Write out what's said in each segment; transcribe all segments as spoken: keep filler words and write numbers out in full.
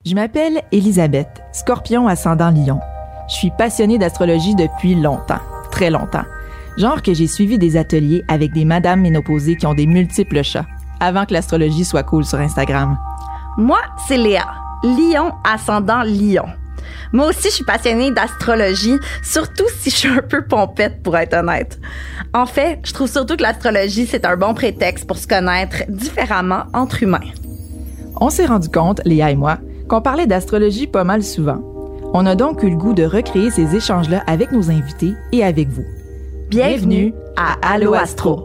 Je m'appelle Elisabeth, scorpion ascendant lion. Je suis passionnée d'astrologie depuis longtemps, très longtemps. Genre que j'ai suivi des ateliers avec des madames ménopausées qui ont des multiples chats, avant que l'astrologie soit cool sur Instagram. Moi, c'est Léa, lion ascendant lion. Moi aussi, je suis passionnée d'astrologie, surtout si je suis un peu pompette, pour être honnête. En fait, je trouve surtout que l'astrologie, c'est un bon prétexte pour se connaître différemment entre humains. On s'est rendu compte, Léa et moi, qu'on parlait d'astrologie pas mal souvent. On a donc eu le goût de recréer ces échanges-là avec nos invités et avec vous. Bienvenue à Allo Astro.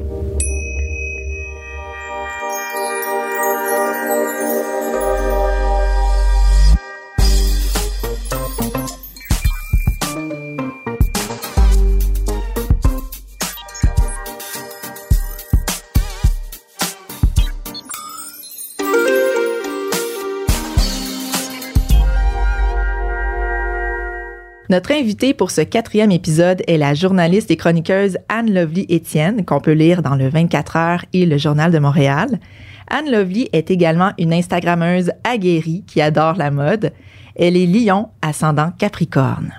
Notre invitée pour ce quatrième épisode est la journaliste et chroniqueuse Anne-Lovely Étienne, qu'on peut lire dans le vingt-quatre heures et le Journal de Montréal. Anne-Lovely est également une Instagrammeuse aguerrie qui adore la mode. Elle est lion, ascendant Capricorne.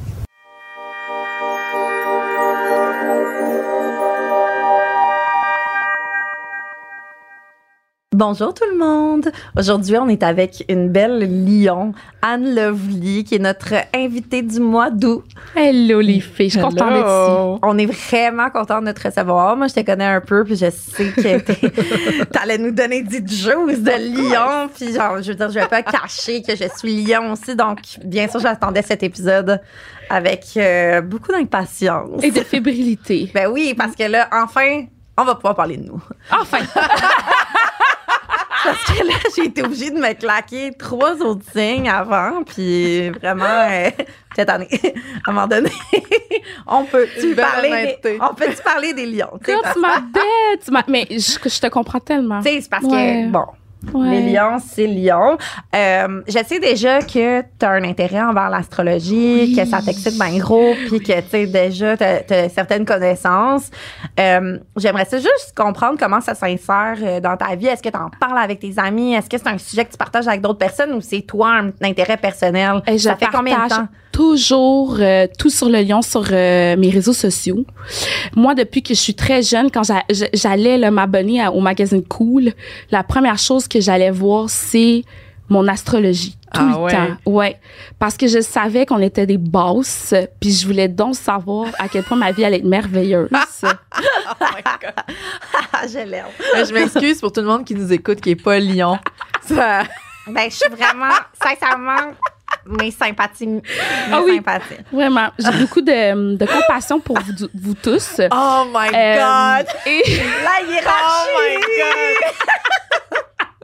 Bonjour tout le monde! Aujourd'hui, on est avec une belle lion, Anne-Lovely, qui est notre invitée du mois d'août. Hello les filles, je suis contente d'être ici. On est vraiment contente de te recevoir. Moi, je te connais un peu, puis je sais que t'allais nous donner du juice de lion. Puis genre, je veux dire, je vais pas cacher que je suis lion aussi. Donc, bien sûr, j'attendais cet épisode avec euh, beaucoup d'impatience. Et de fébrilité. Ben oui, parce que là, enfin, on va pouvoir parler de nous. Enfin! Parce que là, j'ai été obligée de me claquer trois autres signes avant, puis vraiment, euh, cette année, à un moment donné, on peut-tu parler, des, on peut-tu parler des lions? Quand tu m'as bête, tu m'as, mais je, je te comprends tellement. Tu sais, c'est parce ouais. que, bon, ouais. les lions, c'est lions. Euh, je sais déjà que tu as un intérêt envers l'astrologie, oui. que ça t'excite bien gros, puis que, tu sais, déjà, tu as certaines connaissances. Euh, j'aimerais ça juste comprendre comment ça s'insère dans ta vie. Est-ce que tu en parles avec tes amis? Est-ce que c'est un sujet que tu partages avec d'autres personnes ou c'est toi un intérêt personnel? Et je ça fait combien de temps? Toujours euh, tout sur le lion sur euh, mes réseaux sociaux. Moi, depuis que je suis très jeune, quand j'a, j'allais là, m'abonner à, au magazine Cool, la première chose que j'allais voir, c'est mon astrologie. Tout ah, le ouais. temps. Ouais. Parce que je savais qu'on était des bosses, puis je voulais donc savoir à quel point ma vie allait être merveilleuse. Oh my God. Je l'aime. Je m'excuse pour tout le monde qui nous écoute, qui n'est pas lion. Ça... Ben, je suis vraiment, sincèrement... mes sympathies. Mes ah oui, sympathies. Vraiment. J'ai beaucoup de, de compassion pour vous, vous tous. Oh my euh, God! Et... La hiérarchie! Oh my God!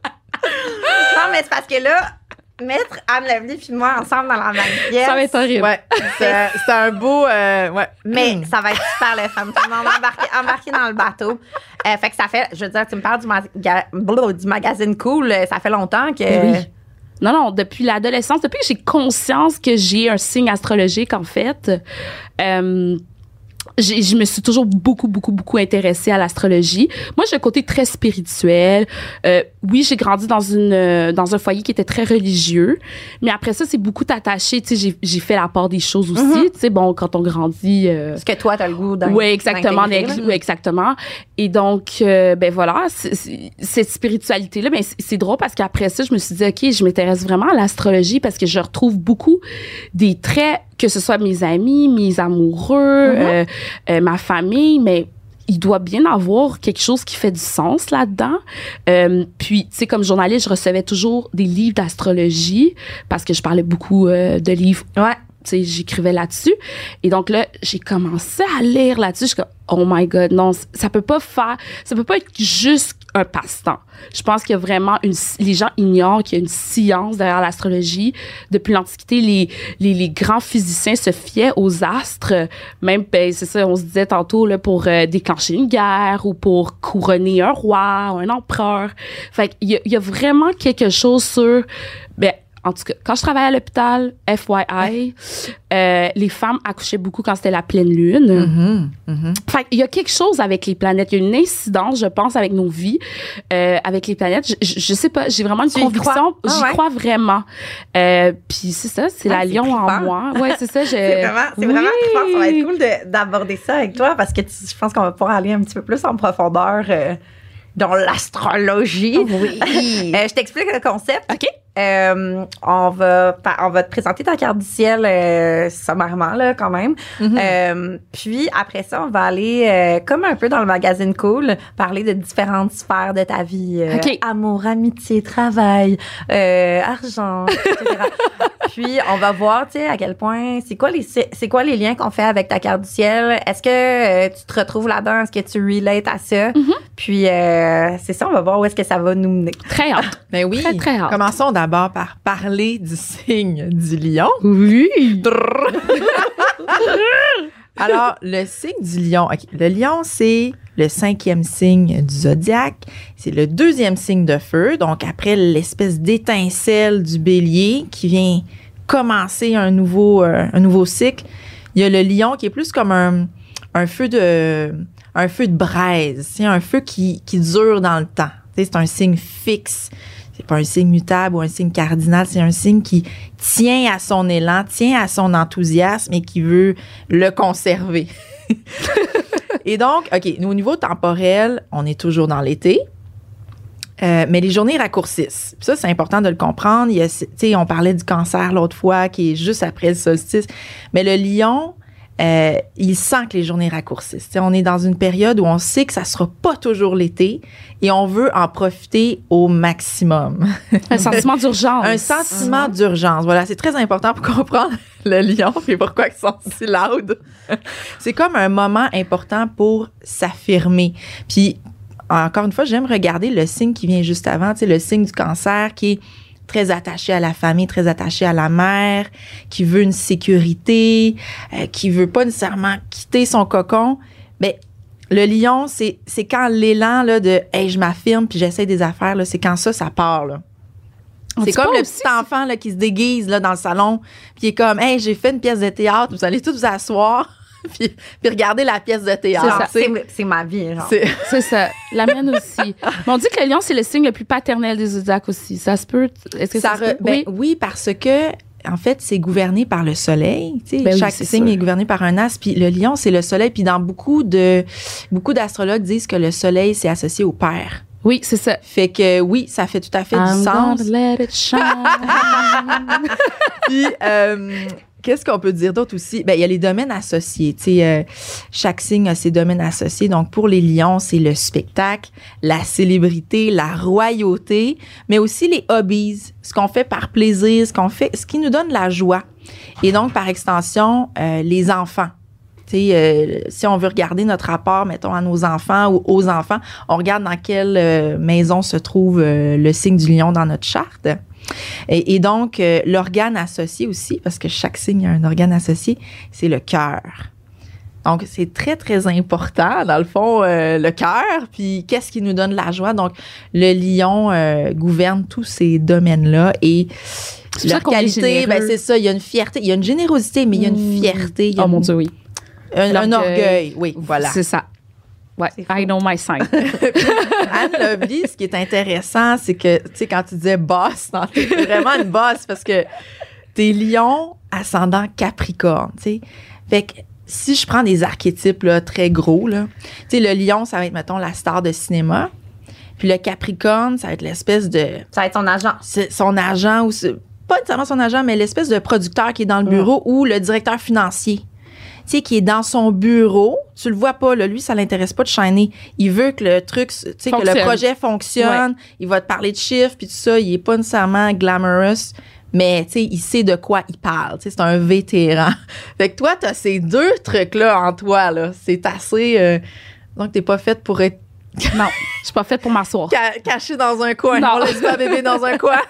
Non, mais c'est parce que là, mettre Anne-Lovely puis moi ensemble dans la même pièce. Ça va être horrible. Ouais. C'est, c'est un beau. Euh, ouais. Mais mm. ça va être super le fun. Tout le monde embarqué, embarqué dans le bateau. Euh, fait que ça fait, je veux dire, tu me parles du, maga- du magazine Cool. Ça fait longtemps que. Oui. Non, non, depuis l'adolescence, depuis que j'ai conscience que j'ai un signe astrologique, en fait, euh, j'ai, je me suis toujours beaucoup, beaucoup, beaucoup intéressée à l'astrologie. Moi, j'ai un côté très spirituel. Euh, oui, j'ai grandi dans une dans un foyer qui était très religieux, mais après ça, c'est beaucoup attaché. Tu sais, j'ai, j'ai fait la part des choses aussi. Mm-hmm. Tu sais, bon, quand on grandit... Euh, Parce que toi, t'as le goût d'un... Oui, exactement. Oui, exactement. Et donc, euh, ben voilà, c'est, c'est, cette spiritualité-là, ben c'est, c'est drôle parce qu'après ça, je me suis dit, OK, je m'intéresse vraiment à l'astrologie parce que je retrouve beaucoup des traits, que ce soit mes amis, mes amoureux, mm-hmm. euh, euh, ma famille, mais il doit bien avoir quelque chose qui fait du sens là-dedans. Euh, puis, tu sais, comme journaliste, je recevais toujours des livres d'astrologie parce que je parlais beaucoup euh, de livres. Ouais. Tu sais, j'écrivais là-dessus. Et donc là, j'ai commencé à lire là-dessus. Je suis comme, oh my God, non, ça peut pas faire, ça peut pas être juste un passe-temps. Je pense qu'il y a vraiment une, les gens ignorent qu'il y a une science derrière l'astrologie. Depuis l'Antiquité, les, les, les grands physiciens se fiaient aux astres. Même, ben, c'est ça, on se disait tantôt, là, pour euh, déclencher une guerre ou pour couronner un roi ou un empereur. Fait qu'il y a, il y a vraiment quelque chose sur, ben, en tout cas, quand je travaillais à l'hôpital, F Y I, euh, les femmes accouchaient beaucoup quand c'était la pleine lune. Mm-hmm, mm-hmm. Fait qu'il y a quelque chose avec les planètes. Il y a une incidence, je pense, avec nos vies, euh, avec les planètes. Je, je, je sais pas, j'ai vraiment une Tu y conviction. crois? Ah J'y ouais? crois vraiment. Euh, Puis c'est ça, c'est Ah, la c'est lion en trippant. moi. Ouais, c'est ça. Je... C'est vraiment, c'est Oui. vraiment trippant. Ça va être cool de- d'aborder ça avec toi parce que tu- je pense qu'on va pouvoir aller un petit peu plus en profondeur euh, dans l'astrologie. Oui. Euh, je t'explique le concept. OK. Euh, on va pa- on va te présenter ta carte du ciel euh, sommairement là quand même. Mm-hmm. Euh, puis après ça, on va aller euh, comme un peu dans le magazine Cool, parler de différentes sphères de ta vie, euh, OK. amour, amitié, travail, euh, argent, et cetera. Puis on va voir, tu sais, à quel point c'est quoi les c'est c'est quoi les liens qu'on fait avec ta carte du ciel. Est-ce que euh, tu te retrouves là-dedans? Est-ce que tu relates à ça? Mm-hmm. Puis euh, c'est ça, on va voir où est-ce que ça va nous mener. Très hâte. Ben oui. Très, très hâte. Commençons d'abord par parler du signe du lion. Oui. Alors, le signe du lion. OK. Le lion, c'est le cinquième signe du zodiaque. C'est le deuxième signe de feu. Donc, après l'espèce d'étincelle du bélier qui vient commencer un nouveau, euh, un nouveau cycle, il y a le lion qui est plus comme un, un feu de un feu de braise. C'est un feu qui, qui dure dans le temps. Tu sais, c'est un signe fixe. C'est pas un signe mutable ou un signe cardinal, c'est un signe qui tient à son élan, tient à son enthousiasme et qui veut le conserver. Et donc, OK, nous, au niveau temporel, on est toujours dans l'été, euh, mais les journées raccourcissent. Puis ça, c'est important de le comprendre. Il y a, tu sais, on parlait du cancer l'autre fois, qui est juste après le solstice, mais le lion, Euh, il sent que les journées raccourcissent. T'sais, on est dans une période où on sait que ça sera pas toujours l'été et on veut en profiter au maximum. Un sentiment d'urgence. Un sentiment mm-hmm. d'urgence. Voilà, c'est très important pour comprendre le lion et pourquoi ils sont si loud. C'est comme un moment important pour s'affirmer. Puis, encore une fois, j'aime regarder le signe qui vient juste avant, le signe du cancer qui est très attaché à la famille, très attaché à la mère, qui veut une sécurité, euh, qui veut pas nécessairement quitter son cocon. Mais le lion, c'est, c'est quand l'élan là, de « hey, je m'affirme puis j'essaie des affaires », là, c'est quand ça, ça part. Là. C'est comme le petit enfant là, qui se déguise là, dans le salon puis il est comme « hey, j'ai fait une pièce de théâtre, vous allez tous vous asseoir ». Puis, puis regarder la pièce de théâtre. C'est, c'est, c'est ma vie, genre. C'est, c'est ça. La mienne aussi. Mais on dit que le lion, c'est le signe le plus paternel des zodiacs aussi. Ça se peut? Est-ce que ça, ça se peut? Ben, oui. oui, parce que, en fait, c'est gouverné par le soleil. Tu sais, ben chaque oui, signe sûr. est gouverné par un astre. Puis le lion, c'est le soleil. Puis dans beaucoup de, beaucoup d'astrologues disent que le soleil, c'est associé au père. Oui, c'est ça. Fait que oui, ça fait tout à fait I'm du sens. Let it shine. Puis, euh, qu'est-ce qu'on peut dire d'autre aussi? Ben, il y a les domaines associés. Tu sais, euh, chaque signe a ses domaines associés. Donc, pour les lions, c'est le spectacle, la célébrité, la royauté, mais aussi les hobbies, ce qu'on fait par plaisir, ce qu'on fait, ce qui nous donne la joie. Et donc, par extension, euh, les enfants. Tu sais, euh, si on veut regarder notre rapport, mettons, à nos enfants ou aux enfants, on regarde dans quelle euh, maison se trouve euh, le signe du lion dans notre charte. Et, et donc, euh, l'organe associé aussi, parce que chaque signe a un organe associé, c'est le cœur. Donc, c'est très, très important, dans le fond, euh, le cœur. Puis, qu'est-ce qui nous donne la joie? Donc, le lion euh, gouverne tous ces domaines-là. Et c'est leur qualité, ben, c'est ça, il y a une fierté. Il y a une générosité, mais il y a une fierté. Il y a oh une, mon Dieu, oui. Un, un orgueil, oui, voilà. C'est ça. Ouais, I know my sign. Anne Lovely, ce qui est intéressant, c'est que, tu sais, quand tu disais boss, t'es vraiment une boss parce que t'es lion ascendant Capricorne, tu sais. Fait que si je prends des archétypes là, très gros, là, tu sais, le lion, ça va être, mettons, la star de cinéma. Puis le Capricorne, ça va être l'espèce de... Ça va être son agent. Son agent, ou pas nécessairement son agent, mais l'espèce de producteur qui est dans le bureau mmh. ou le directeur financier. Tu sais, qui est dans son bureau, tu le vois pas, là, lui, ça l'intéresse pas de shiner. Il veut que le truc, tu sais, que le projet fonctionne, ouais. Il va te parler de chiffres, puis tout ça, il est pas nécessairement glamorous, mais, tu sais, il sait de quoi il parle, tu sais, c'est un vétéran. Fait que toi, t'as ces deux trucs-là en toi, là, c'est assez... Euh, donc, t'es pas faite pour être... Non, je suis pas faite pour m'asseoir. Ca- caché dans un coin, non. On laisse pas bébé dans un coin.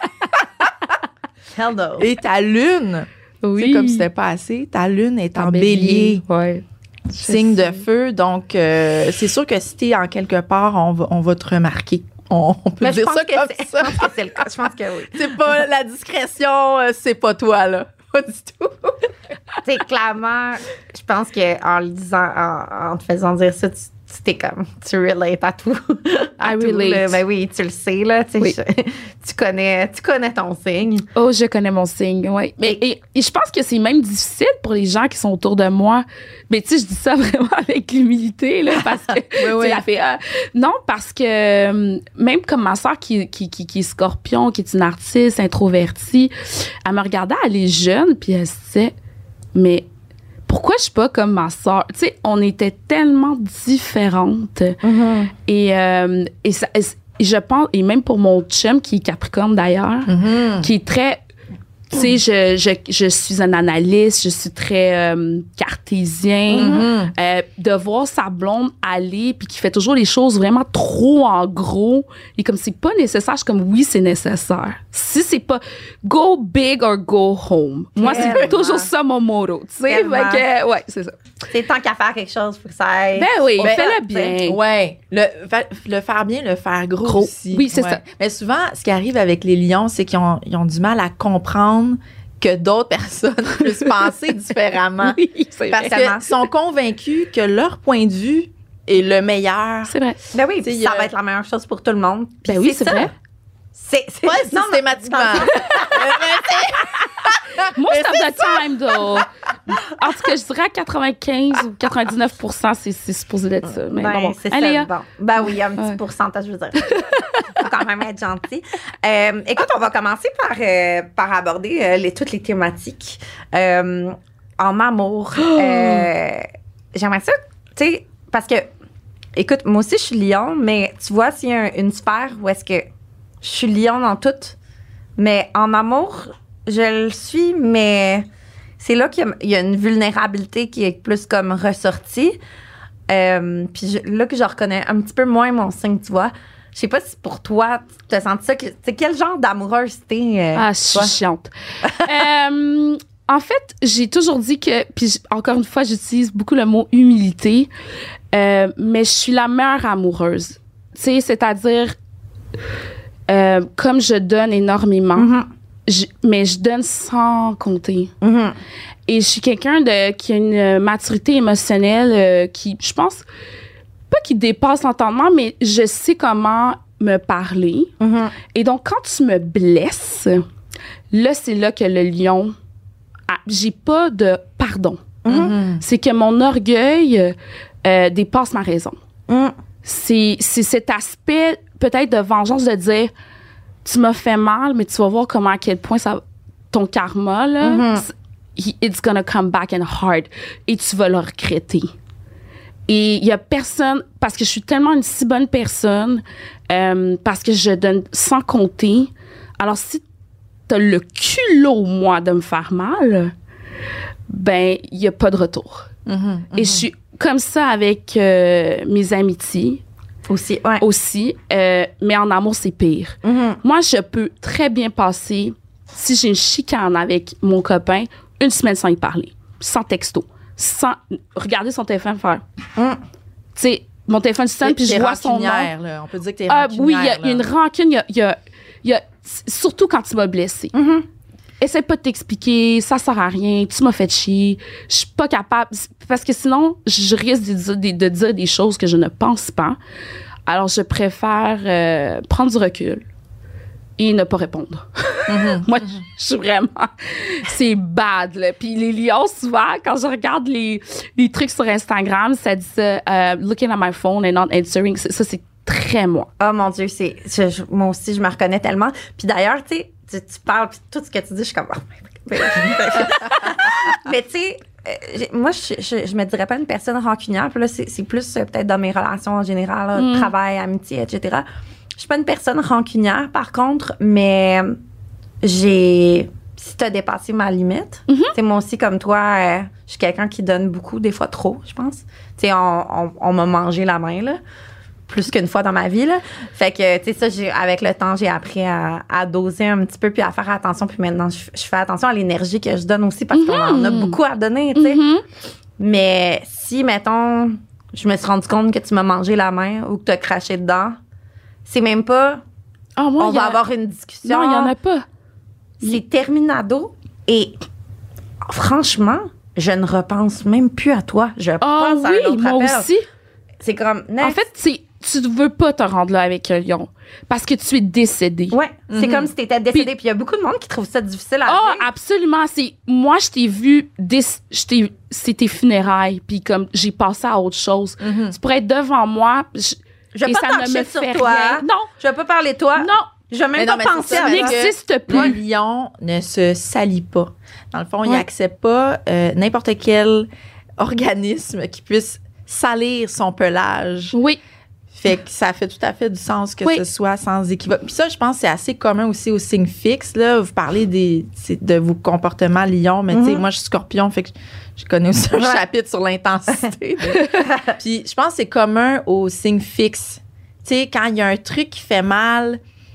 Hello. Et ta lune... Oui. C'est comme si c'était pas assez. Ta lune est en, en bélier. bélier. Ouais. Signe de feu. Donc, euh, c'est sûr que si t'es en quelque part, on va, on va te remarquer. On, on peut Mais dire je pense ça que comme c'est- ça. Je pense que c'est le cas. Je pense que oui. C'est pas la discrétion, euh, c'est pas toi, là. Pas du tout. Tu sais, clairement, je pense qu'en le disant, en, en te faisant dire ça, tu tu t'es comme, tu relates à tout. à I tout, relate. là. Ben oui, tu le sais, là. Tu sais, Oui. je- tu connais, tu connais ton signe. Oh, je connais mon signe, oui. Mais et, et je pense que c'est même difficile pour les gens qui sont autour de moi. Mais tu sais, je dis ça vraiment avec l'humilité, là, parce que tu sais, oui. elle fait, ah, non, parce que euh, même comme ma soeur qui, qui, qui, qui est scorpion, qui est une artiste introvertie, elle me regardait, elle est jeune, puis elle se disait, mais pourquoi je suis pas comme ma soeur? Tu sais, on était tellement différentes. Et, euh, et, ça, et je pense, et même pour mon chum qui est Capricorne d'ailleurs, Mm-hmm. qui est très. Tu sais, je, je, je suis un analyste, je suis très euh, cartésien. Mm-hmm. Euh, de voir sa blonde aller, puis qui fait toujours les choses vraiment trop en gros, et comme c'est pas nécessaire, je suis comme oui, c'est nécessaire. Si c'est pas go big or go home. Moi, c'est Tellement. toujours ça mon motto. Tu sais, fait Tellement. que, ouais, c'est ça. C'est tant qu'à faire quelque chose, faut que ça aille. Ben oui, Ben, fais-le tu sais, bien. Ouais, le, fa- le faire bien, le faire gros, Gros. aussi. Oui, c'est Ouais. ça. Mais souvent, ce qui arrive avec les lions, c'est qu'ils ont, ils ont du mal à comprendre que d'autres personnes puissent penser différemment. Oui, c'est Parce vrai. Tellement. qu'ils sont convaincus que leur point de vue est le meilleur. C'est vrai. Ben oui, Tu sais, puis y ça a- va être la meilleure chose pour tout le monde. Puis Ben oui, c'est ça. vrai. C'est, c'est, Pas non, mais- systématiquement. Most of the time, though. En tout cas, je dirais quatre-vingt-quinze ou quatre-vingt-dix-neuf pour cent, c'est, c'est supposé d'être ça. Mais Ben, bon, bon. c'est Allez, ça. hein. Bon. Ben oui, il y a un petit Ouais. pourcentage, je veux dire. Faut quand même être gentil. Euh, écoute, on va commencer par, euh, par aborder euh, les, toutes les thématiques. Euh, en amour, euh, j'aimerais ça, tu sais, parce que, écoute, moi aussi, je suis lion, mais tu vois, s'il y a un- une sphère où est-ce que je suis lion dans tout, mais en amour, je le suis, mais c'est là qu'il y a, il y a une vulnérabilité qui est plus comme ressortie. Euh, puis je- là que je reconnais un petit peu moins mon signe, tu vois. Je sais pas si pour toi, tu as senti ça. Que, c'est quel genre d'amoureuse t'es? euh, Ah, je suis toi? chiante. Euh, en fait, j'ai toujours dit que, puis j- encore une fois, j'utilise beaucoup le mot humilité, euh, mais je suis la meilleure amoureuse. Tu sais, c'est-à-dire, euh, comme je donne énormément, Mhm. je- mais je donne sans compter. Mhm. Et je suis quelqu'un de qui a une maturité émotionnelle euh, qui, je pense, pas qui dépasse l'entendement, mais je sais comment me parler. Mhm. Et donc, quand tu me blesses, là, c'est là que le lion, ah, j'ai pas de pardon. Mhm. C'est que mon orgueil euh, dépasse ma raison. Mhm. C'est, c'est cet aspect peut-être de vengeance de dire, tu m'as fait mal, mais tu vas voir comment à quel point ça, ton karma, là, Mhm. c'est- he- it's gonna come back and hard. Et tu vas le regretter. Et il y a personne, parce que je suis tellement une si bonne personne, euh, parce que je donne sans compter. Alors, si t'as le culot, moi, de me faire mal, ben, il n'y a pas de retour. Mhm. Et je suis comme ça avec euh, mes amitiés Aussi, ouais. aussi, euh, mais en amour, c'est pire. Mhm. Moi, je peux très bien passer, si j'ai une chicane avec mon copain, une semaine sans y parler, sans texto, sans regarder son téléphone faire. Mhm. Tu sais, mon téléphone sonne, puis je T'es vois son nom. rancunière, là. On peut dire que t'es Ah, rancunière. oui, il y a- il y, a là. une rancune, il y a, il y a- il y a- surtout quand tu m'as blessée. Mhm. Essaie pas de t'expliquer, ça sert à rien, tu m'as fait chier, je suis pas capable, parce que sinon, je risque de dire des, de dire des choses que je ne pense pas. Alors, je préfère euh, prendre du recul et ne pas répondre. Moi, je suis vraiment... C'est bad, là. Puis les lions, souvent, quand je regarde les, les trucs sur Instagram, ça dit ça, euh, looking at my phone and not answering. Ça, ça, c'est très moi. Oh mon Dieu, c'est, je- je- moi aussi, je me reconnais tellement. Puis d'ailleurs, tu sais, tu, tu parles, puis tout ce que tu dis, je suis comme. Oh, mais tu sais, euh, j'ai- moi, je, je, je me dirais pas une personne rancunière. Puis là, c'est, c'est plus euh, peut-être dans mes relations en général, là, Mm. travail, amitié, et cetera. Je suis pas une personne rancunière, par contre, mais j'ai. Si tu as dépassé ma limite, tu sais, moi aussi, comme toi, euh, je suis quelqu'un qui donne beaucoup, des fois trop, je pense. Tu sais, on, on, on m'a mangé la main, là, plus qu'une fois dans ma vie, là. Fait que, tu sais, ça, j'ai, avec le temps, j'ai appris à, à doser un petit peu puis à faire attention. Puis maintenant, je, je fais attention à l'énergie que je donne aussi parce qu'on en a beaucoup à donner, tu sais. Mhm. Mais si, mettons, je me suis rendu compte que tu m'as mangé la main ou que tu as craché dedans, c'est même pas Oh, moi, on y a... va avoir une discussion. Non, il y en a pas. C'est terminado. Et franchement, je ne repense même plus à toi. Je Ah pense à oui, un autre moi appel. aussi. C'est comme next. En fait, c'est tu ne veux pas te rendre là avec un lion parce que tu es décédé. Ouais, c'est Mhm. comme si tu étais décédé. Puis- Puis il y a beaucoup de monde qui trouve ça difficile à Ah, vivre. absolument. C'est moi, je t'ai vu, dé- je t'ai- c'était funérailles, puis comme j'ai passé à autre chose. Mhm. Tu pourrais être devant moi. Je, Je vais et pas ça ne t'enchaîner me sur fait toi. rien. Non, Je vais pas parler de toi. non, Je vais même Mais pas non, mais c'est penser ça, à mais toi. que- n'existe Le plus. lion ne se salit pas. Dans le fond, il Ouais. n'accepte pas euh, n'importe quel organisme qui puisse salir son pelage. Oui, Fait que ça fait tout à fait du sens que Oui. ce soit sans équivoque. Puis ça, je pense que c'est assez commun aussi aux signes fixes. Là. Vous parlez des, c'est de vos comportements lion, mais tu sais, Mhm. moi, je suis scorpion, fait que je connais aussi un Ouais. chapitre sur l'intensité. de- Puis je pense que c'est commun aux signes fixes. Tu sais, quand il y a un truc qui fait mal,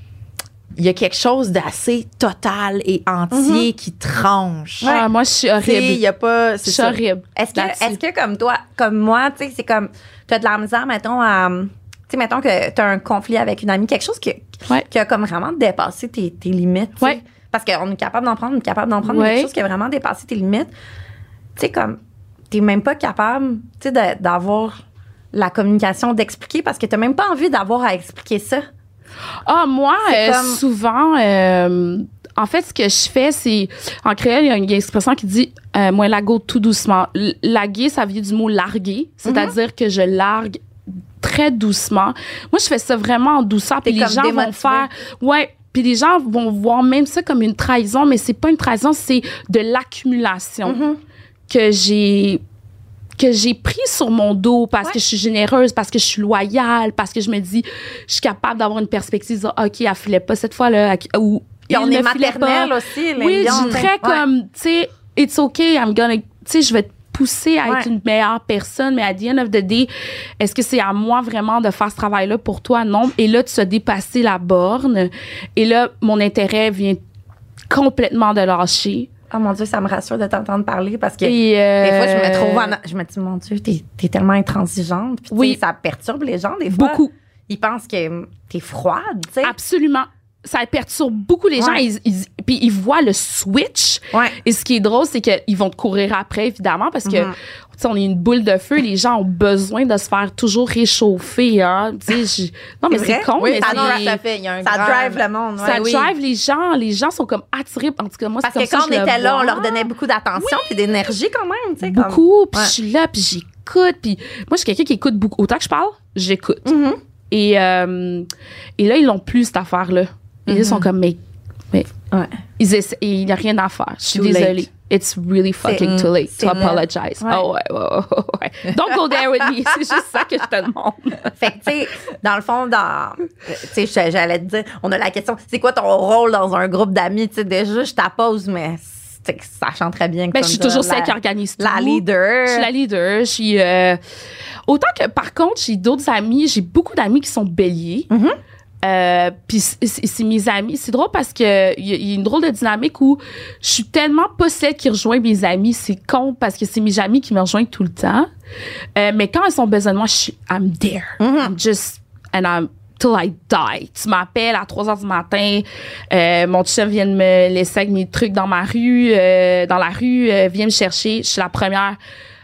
il y a quelque chose d'assez total et entier qui tranche. Ah, moi je suis Tu sais, il horrible. y a pas... Je C'est suis ça. horrible. Est-ce que, là-dessus. est-ce que comme toi, comme moi, tu sais, c'est comme, tu as de la misère, mettons, à. Tu sais, mettons que tu as un conflit avec une amie, quelque chose qui, Ouais. qui a comme vraiment dépassé tes, tes limites. tu sais. Ouais. Parce qu'on est capable d'en prendre, on est capable d'en prendre, mais Ouais. quelque chose qui a vraiment dépassé tes limites. Tu sais, comme, t'es même pas capable, tu sais, de- d'avoir la communication, d'expliquer parce que t'as même pas envie d'avoir à expliquer ça. Ah, moi, C'est euh, comme- souvent, euh, en fait, ce que je fais, c'est. En créole, il y a une expression qui dit euh, moi, lago tout doucement. L- Laguer, ça vient du mot larguer, c'est-à-dire que je largue très doucement. Moi, je fais ça vraiment en douceur. Puis T'es les comme gens vont démotivée. faire. Ouais. Puis les gens vont voir même ça comme une trahison, mais c'est pas une trahison, c'est de l'accumulation Mm-hmm. que j'ai que j'ai pris sur mon dos parce Ouais. que je suis généreuse, parce que je suis loyale, parce que je me dis, je suis capable d'avoir une perspective, de dire, OK, elle filait pas cette fois-là, elle- ou Puis il on ne est filait maternelle pas. aussi, les Oui, lions, je suis t'sais. très Ouais. comme, tu sais, it's okay, I'm gonna, tu sais, je vais te pousser à être Ouais. une meilleure personne, mais à the end of the day, est-ce que c'est à moi vraiment de faire ce travail-là pour toi? Non. Et là, tu as dépassé la borne. Et là, mon intérêt vient complètement de lâcher. Oh mon Dieu, ça me rassure de t'entendre parler parce que Et, euh, des fois, je me trouve en- je me dis, mon Dieu, t'es, t'es tellement intransigeante. Puis, tu Oui. sais, ça perturbe les gens, des fois. Beaucoup. Ils pensent que t'es froide, tu sais. Absolument. Ça perturbe beaucoup les gens. Ouais. Ils, ils- puis ils voient le switch. Ouais. Et ce qui est drôle, c'est qu'ils vont te courir après, évidemment, parce que, Mhm. tu sais, on est une boule de feu. Les gens ont besoin de se faire toujours réchauffer, hein. Tu sais, je- non, mais C'est c'est vrai? con, Oui, mais ça, c'est- non, tout à fait. Il y a un Ça grand- drive le monde. ça ouais. oui. drive les gens. Les gens sont comme attirés. En tout cas, moi, Parce c'est que comme quand ça on je le était là, on vois. leur donnait beaucoup d'attention puis d'énergie quand même, tu sais. comme- Beaucoup. Puis Ouais. je suis là, puis j'écoute. Puis moi, je suis quelqu'un qui écoute beaucoup. Autant que je parle, j'écoute. Mhm. Et, euh, et là, ils l'ont plus, cette affaire-là. Et là, ils sont comme, mais, mais Ouais. ils essaient- et il n'y a rien à faire. Je suis Too late. désolée. It's really fucking C'est- too late c'est to le- apologize. Ouais. Oh, ouais, ouais, ouais, ouais. Don't go there with me. C'est juste ça que je te demande. Fait que, tu sais, dans le fond, dans. Tu sais, j'allais te dire, on a la question, c'est quoi ton rôle dans un groupe d'amis? Tu sais, déjà, je t'appose, mais c'est que ça chante très bien. que Ben, tu je suis me dises, toujours la- celle qui organise tout. La leader. Je suis la leader. Je suis. euh, Autant que, par contre, j'ai d'autres amis. J'ai beaucoup d'amis qui sont béliers. Mhm. Euh, puis c'est c'est mes amis. C'est drôle parce que il y, a- il y a une drôle de dynamique où je suis tellement pas celle qui rejoint mes amis. C'est con parce que c'est mes amis qui me rejoignent tout le temps. Euh, mais quand ils ont besoin de moi, je suis I'm there. Mhm. I'm just and I'm till I die. Tu m'appelles à trois heures du matin. Euh, mon chef vient de me laisser avec mes trucs dans ma rue, euh, dans la rue. Euh, viens me chercher. Je suis la première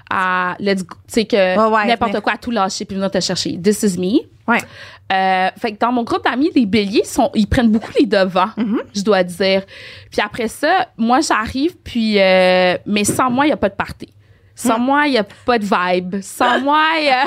à let's go. Tu sais que Ouais, ouais, n'importe venir. quoi à tout lâcher puis venir te chercher. This is me. Ouais. Euh, fait que dans mon groupe d'amis, les béliers, sont, ils prennent beaucoup les devants, je dois dire. Puis après ça, moi, j'arrive, puis... euh, mais sans moi, il n'y a pas de party. Sans moi, il n'y a pas de vibe. Sans moi, il y a...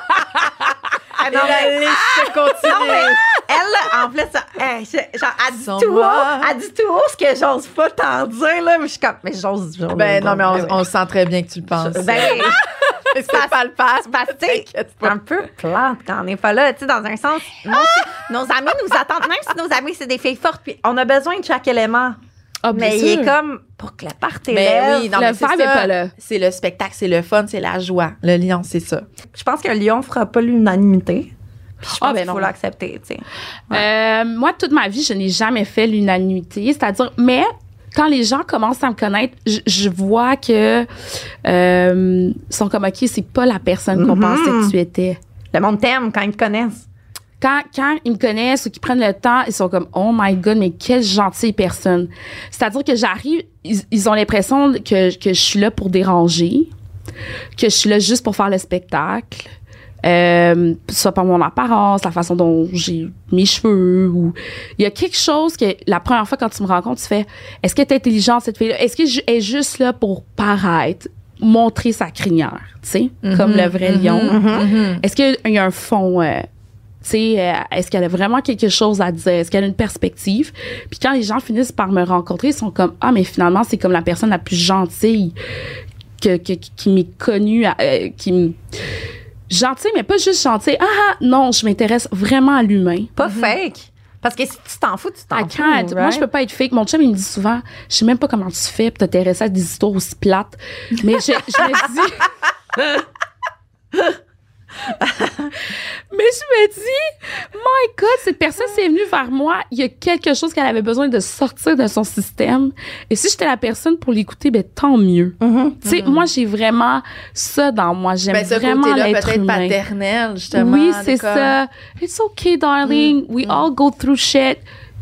Ah, non, Et la mais- liste continue. Non, mais elle, en plus, elle, je- genre, elle dit Sans tout haut, moi. elle dit tout haut ce que j'ose pas t'en dire, là, mais je suis comme, mais j'ose, j'ose. Ben non, mais j'ose. on, on sent très bien que tu le penses. Ben, c'est pas le passe. parce que, tu sais, c'est un peu plate quand on n'est pas là, tu sais, dans un sens. Nos, nos amis nous attendent, même si nos amis, c'est des filles fortes, puis on a besoin de chaque élément. Ah, bien Mais sûr. il est comme, pour que la part Mais élève. oui, non, Le mais c'est vibe est ça. pas là. C'est le spectacle, c'est le fun, c'est la joie. Le lion, c'est ça. Je pense qu'un lion fera pas l'unanimité. Puis je pense Ah, ben qu'il faut non. l'accepter, tu sais. Euh, moi, toute ma vie, je n'ai jamais fait l'unanimité. C'est-à-dire, mais quand les gens commencent à me connaître, je, je vois que euh, sont comme, OK, c'est pas la personne qu'on Mhm. pensait que tu étais. Le monde t'aime quand ils te connaissent. Quand, quand ils me connaissent ou qu'ils prennent le temps, ils sont comme « Oh my God, mais quelle gentille personne! » C'est-à-dire que j'arrive, ils, ils ont l'impression que, que je suis là pour déranger, que je suis là juste pour faire le spectacle, euh, soit par mon apparence, la façon dont j'ai mes cheveux, ou... Il y a quelque chose que, la première fois quand tu me rencontres, tu fais « Est-ce qu'elle est intelligente, cette fille-là? Est-ce qu'elle est juste là pour paraître? » Montrer sa crinière, tu sais, mm-hmm, comme le vrai mm-hmm, lion. Mm-hmm. Est-ce qu'il y a un fond... Euh, tu sais, euh, est-ce qu'elle a vraiment quelque chose à dire? Est-ce qu'elle a une perspective? Puis quand les gens finissent par me rencontrer, ils sont comme, ah, mais finalement, c'est comme la personne la plus gentille que, que, qui m'est connue, euh, qui me... Gentille, mais pas juste gentille. Ah, ah, non, je m'intéresse vraiment à l'humain. Pas mm-hmm. fake. Parce que si tu t'en fous, tu t'en I fous. Right? Moi, je peux pas être fake. Mon chum, il me dit souvent, je sais même pas comment tu fais pour t'intéresser à des histoires aussi plates. Mais je, je me dis... Mais je me dis, my God, cette personne s'est venue vers moi. Il y a quelque chose qu'elle avait besoin de sortir de son système. Et si j'étais la personne pour l'écouter, ben tant mieux. Mm-hmm. Tu sais, mm-hmm. moi, j'ai vraiment ça dans moi. J'aime ben, ce vraiment l'être peut-être humain. Paternel, justement. Oui, c'est comme... ça. It's okay, darling. Mm-hmm. We all go through shit.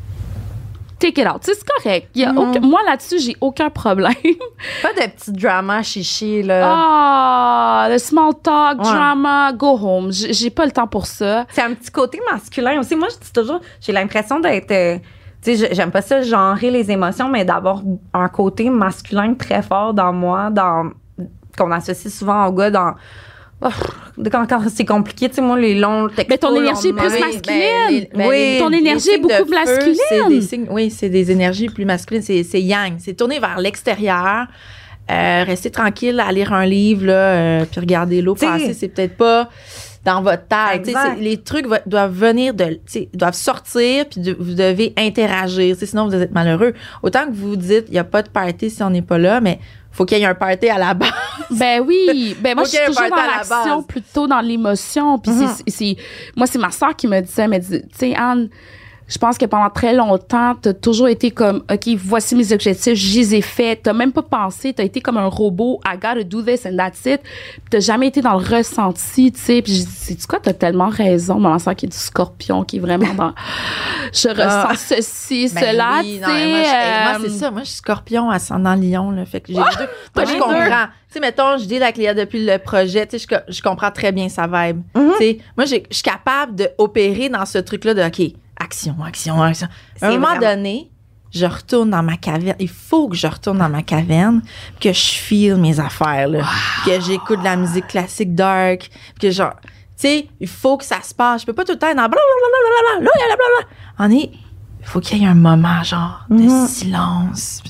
Take it out. Tu sais, c'est correct. Il y a mm-hmm. aucun, moi, là-dessus, j'ai aucun problème. Pas de petits dramas chichi, là. Ah, le small talk, ouais. drama, go home. J'ai, j'ai pas le temps pour ça. C'est un petit côté masculin aussi. Moi, je dis toujours, j'ai l'impression d'être... Euh, tu sais, j'aime pas ça, genrer les émotions, mais d'avoir un côté masculin très fort dans moi, dans qu'on associe souvent aux gars dans... Oh, quand, quand c'est compliqué, tu sais, moi, les longs textos... Mais ton énergie est plus oui, masculine. Ben, les, ben, oui, ton énergie est beaucoup plus masculine. C'est des signes, oui, c'est des énergies plus masculines. C'est, c'est yang. C'est tourner vers l'extérieur, euh, rester tranquille, à lire un livre, là, euh, puis regarder l'eau t'sais, passer. C'est peut-être pas dans votre tête. Les trucs va, doivent venir, de, doivent sortir, puis de, vous devez interagir. Sinon, vous êtes malheureux. Autant que vous vous dites, il n'y a pas de party si on n'est pas là, mais faut qu'il y ait un party à la base. Ben oui. Ben moi, je suis toujours dans l'action, plutôt dans l'émotion. Puis mm-hmm. c'est, c'est, moi, c'est ma soeur qui me dit ça. Elle me dit, tu sais, Anne, je pense que pendant très longtemps, t'as toujours été comme, OK, voici mes objectifs, je les ai faits. T'as même pas pensé, t'as été comme un robot, I gotta do this and that's it. Puis t'as jamais été dans le ressenti, tu sais. Puis je dis, sais-tu quoi, t'as tellement raison. Ma soeur qui est du scorpion, qui est vraiment dans, je ressens ah. ceci, ben cela, oui, tu sais. Moi, euh... moi, c'est ça. Moi, je suis scorpion, ascendant lion, là. Fait que j'ai oh, deux. Moi, je comprends. Tu sais, mettons, je dis avec Léa depuis le projet, tu sais, je, je comprends très bien sa vibe. Mm-hmm. Tu sais, moi, je suis capable d'opérer dans ce truc-là de, OK, action, action, action. À un moment vraiment... donné, je retourne dans ma caverne. Il faut que je retourne dans ma caverne, que je file mes affaires, là, wow. que j'écoute de la musique classique dark, que genre, tu sais, il faut que ça se passe. Je peux pas tout le temps être dans blablabla, là, il y a blablabla. On est, il faut qu'il y ait un moment, genre, de mm-hmm. silence,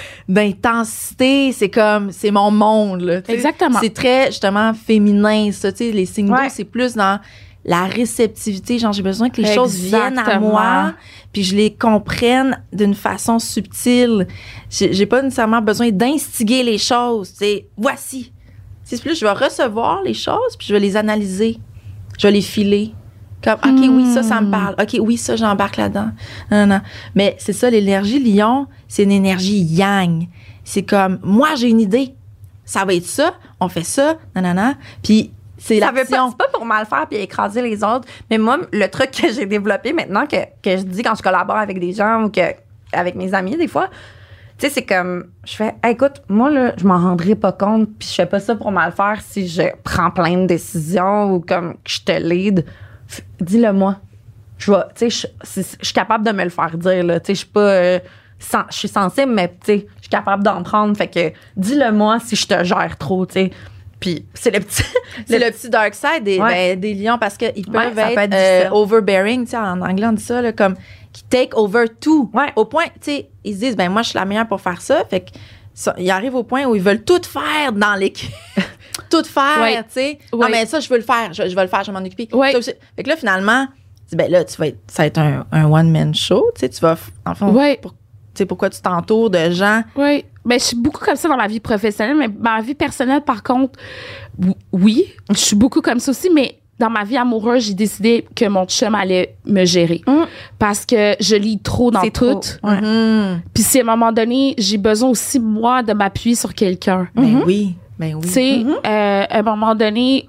d'intensité. C'est comme, c'est mon monde, là. Exactement. C'est très, justement, féminin, ça, tu sais, les signes ouais. d'eau, c'est plus dans la réceptivité, genre j'ai besoin que les Exactement. choses viennent à moi, puis je les comprenne d'une façon subtile. J'ai, j'ai pas nécessairement besoin d'instiguer les choses. C'est voici. C'est plus je vais recevoir les choses, puis je vais les analyser. Je vais les filer. Comme OK, mm. oui, ça, ça me parle. OK, oui, ça, j'embarque là-dedans. Non, non. Mais c'est ça, l'énergie lion, c'est une énergie yang. C'est comme moi, j'ai une idée. Ça va être ça, on fait ça, nanana. Puis c'est ça veut pas, c'est pas pour mal faire puis écraser les autres. Mais moi, le truc que j'ai développé maintenant, que, que je dis quand je collabore avec des gens ou que avec mes amis, des fois, tu sais, c'est comme, je fais, hey, écoute, moi, là, je m'en rendrai pas compte puis je fais pas ça pour mal faire si je prends plein de décisions ou comme que je te lead. Dis-le moi. Je vais, tu sais, je, je suis capable de me le faire dire, là. Tu sais, je suis pas... Euh, je suis sensible, mais, tu sais, je suis capable d'en prendre. Fait que, dis-le moi si je te gère trop, tu sais. Puis c'est le petit c'est le, le petit dark side des, ouais. ben, des lions parce qu'ils peuvent ouais, être, être euh, overbearing, tu sais, en anglais on dit ça là, comme qui take over tout ouais. au point, tu sais, ils se disent ben moi je suis la meilleure pour faire ça, fait que ça, ils arrivent au point où ils veulent tout faire dans l'équipe. tout faire, ouais. tu sais. Ouais. Non mais ça je veux le faire, je, je vais le faire, je vais m'en occuper. Ouais. Fait que là finalement, ben là tu vas être, ça va être un, un one man show, tu sais, tu vas en fond ouais. pour, tu sais pourquoi tu t'entoures de gens. Oui. Ben, je suis beaucoup comme ça dans ma vie professionnelle, mais dans ma vie personnelle, par contre, oui, je suis beaucoup comme ça aussi, mais dans ma vie amoureuse, j'ai décidé que mon chum allait me gérer. Mm. Parce que je lis trop dans c'est tout. Trop. Ouais. Mm. Puis si à un moment donné, j'ai besoin aussi, moi, de m'appuyer sur quelqu'un. Ben mm-hmm. oui, ben oui. Tu sais, mm-hmm. euh, à un moment donné,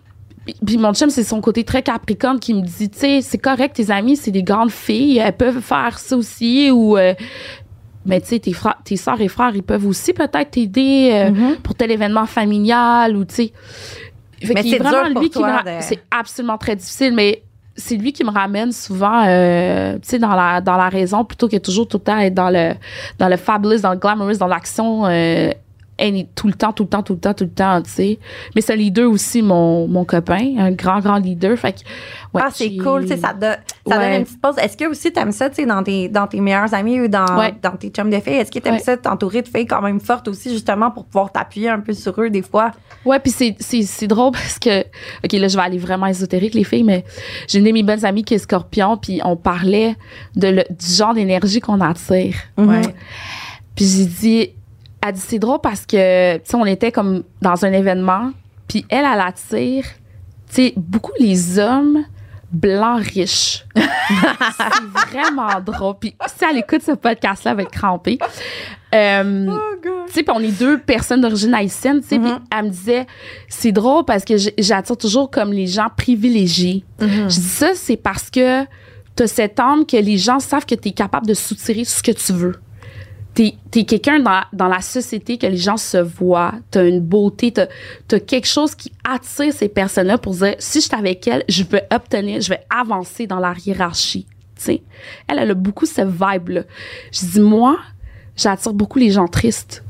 puis mon chum, c'est son côté très capricorne qui me dit, tu sais, c'est correct, tes amis, c'est des grandes filles, elles peuvent faire ça aussi, ou... Euh, mais tu sais, tes, frères, tes soeurs et frères, ils peuvent aussi peut-être t'aider euh, mm-hmm. pour tel événement familial, ou tu sais... Mais c'est vraiment dur pour lui qui toi me... de... C'est absolument très difficile, mais c'est lui qui me ramène souvent, euh, tu sais, dans la, dans la raison, plutôt que toujours tout le temps être dans le, dans le fabulous, dans le glamorous, dans l'action... Euh, tout le temps, tout le temps, tout le temps, tout le temps, tu sais. Mais c'est un leader aussi, mon, mon copain, un grand, grand leader. Fait que, ouais, ah, c'est cool, tu sais, ça, do- ça ouais. donne une petite pause. Est-ce que aussi t'aimes ça, tu sais, dans tes, dans tes meilleurs amis ou dans, ouais. dans tes chums de filles? Est-ce que t'aimes ouais. ça t'entourer de filles quand même fortes aussi, justement, pour pouvoir t'appuyer un peu sur eux des fois? Ouais, puis c'est, c'est, c'est drôle parce que, OK, là, je vais aller vraiment ésotérique, les filles, mais j'ai une de mes bonnes amies qui est Scorpion, puis on parlait de le, du genre d'énergie qu'on attire. Mm-hmm. Ouais. Puis j'ai dit... Elle dit, c'est drôle parce que, tu sais, on était comme dans un événement, puis elle, elle attire, tu sais, beaucoup les hommes blancs riches. C'est vraiment drôle. Puis si elle écoute ce podcast-là, elle va être crampée. Euh, oh tu sais, puis on est deux personnes d'origine haïtienne, tu sais, mm-hmm. puis elle me disait, c'est drôle parce que j'attire toujours comme les gens privilégiés. Mm-hmm. Je dis ça, c'est parce que t'as cette âme que les gens savent que t'es capable de soutirer ce que tu veux. T'es, t'es quelqu'un dans, dans la société que les gens se voient. T'as une beauté, t'as, t'as quelque chose qui attire ces personnes-là pour dire, si je suis avec elle, je vais obtenir, je vais avancer dans la hiérarchie. T'sais. Elle, elle a beaucoup ce vibe-là. Je dis, moi, j'attire beaucoup les gens tristes.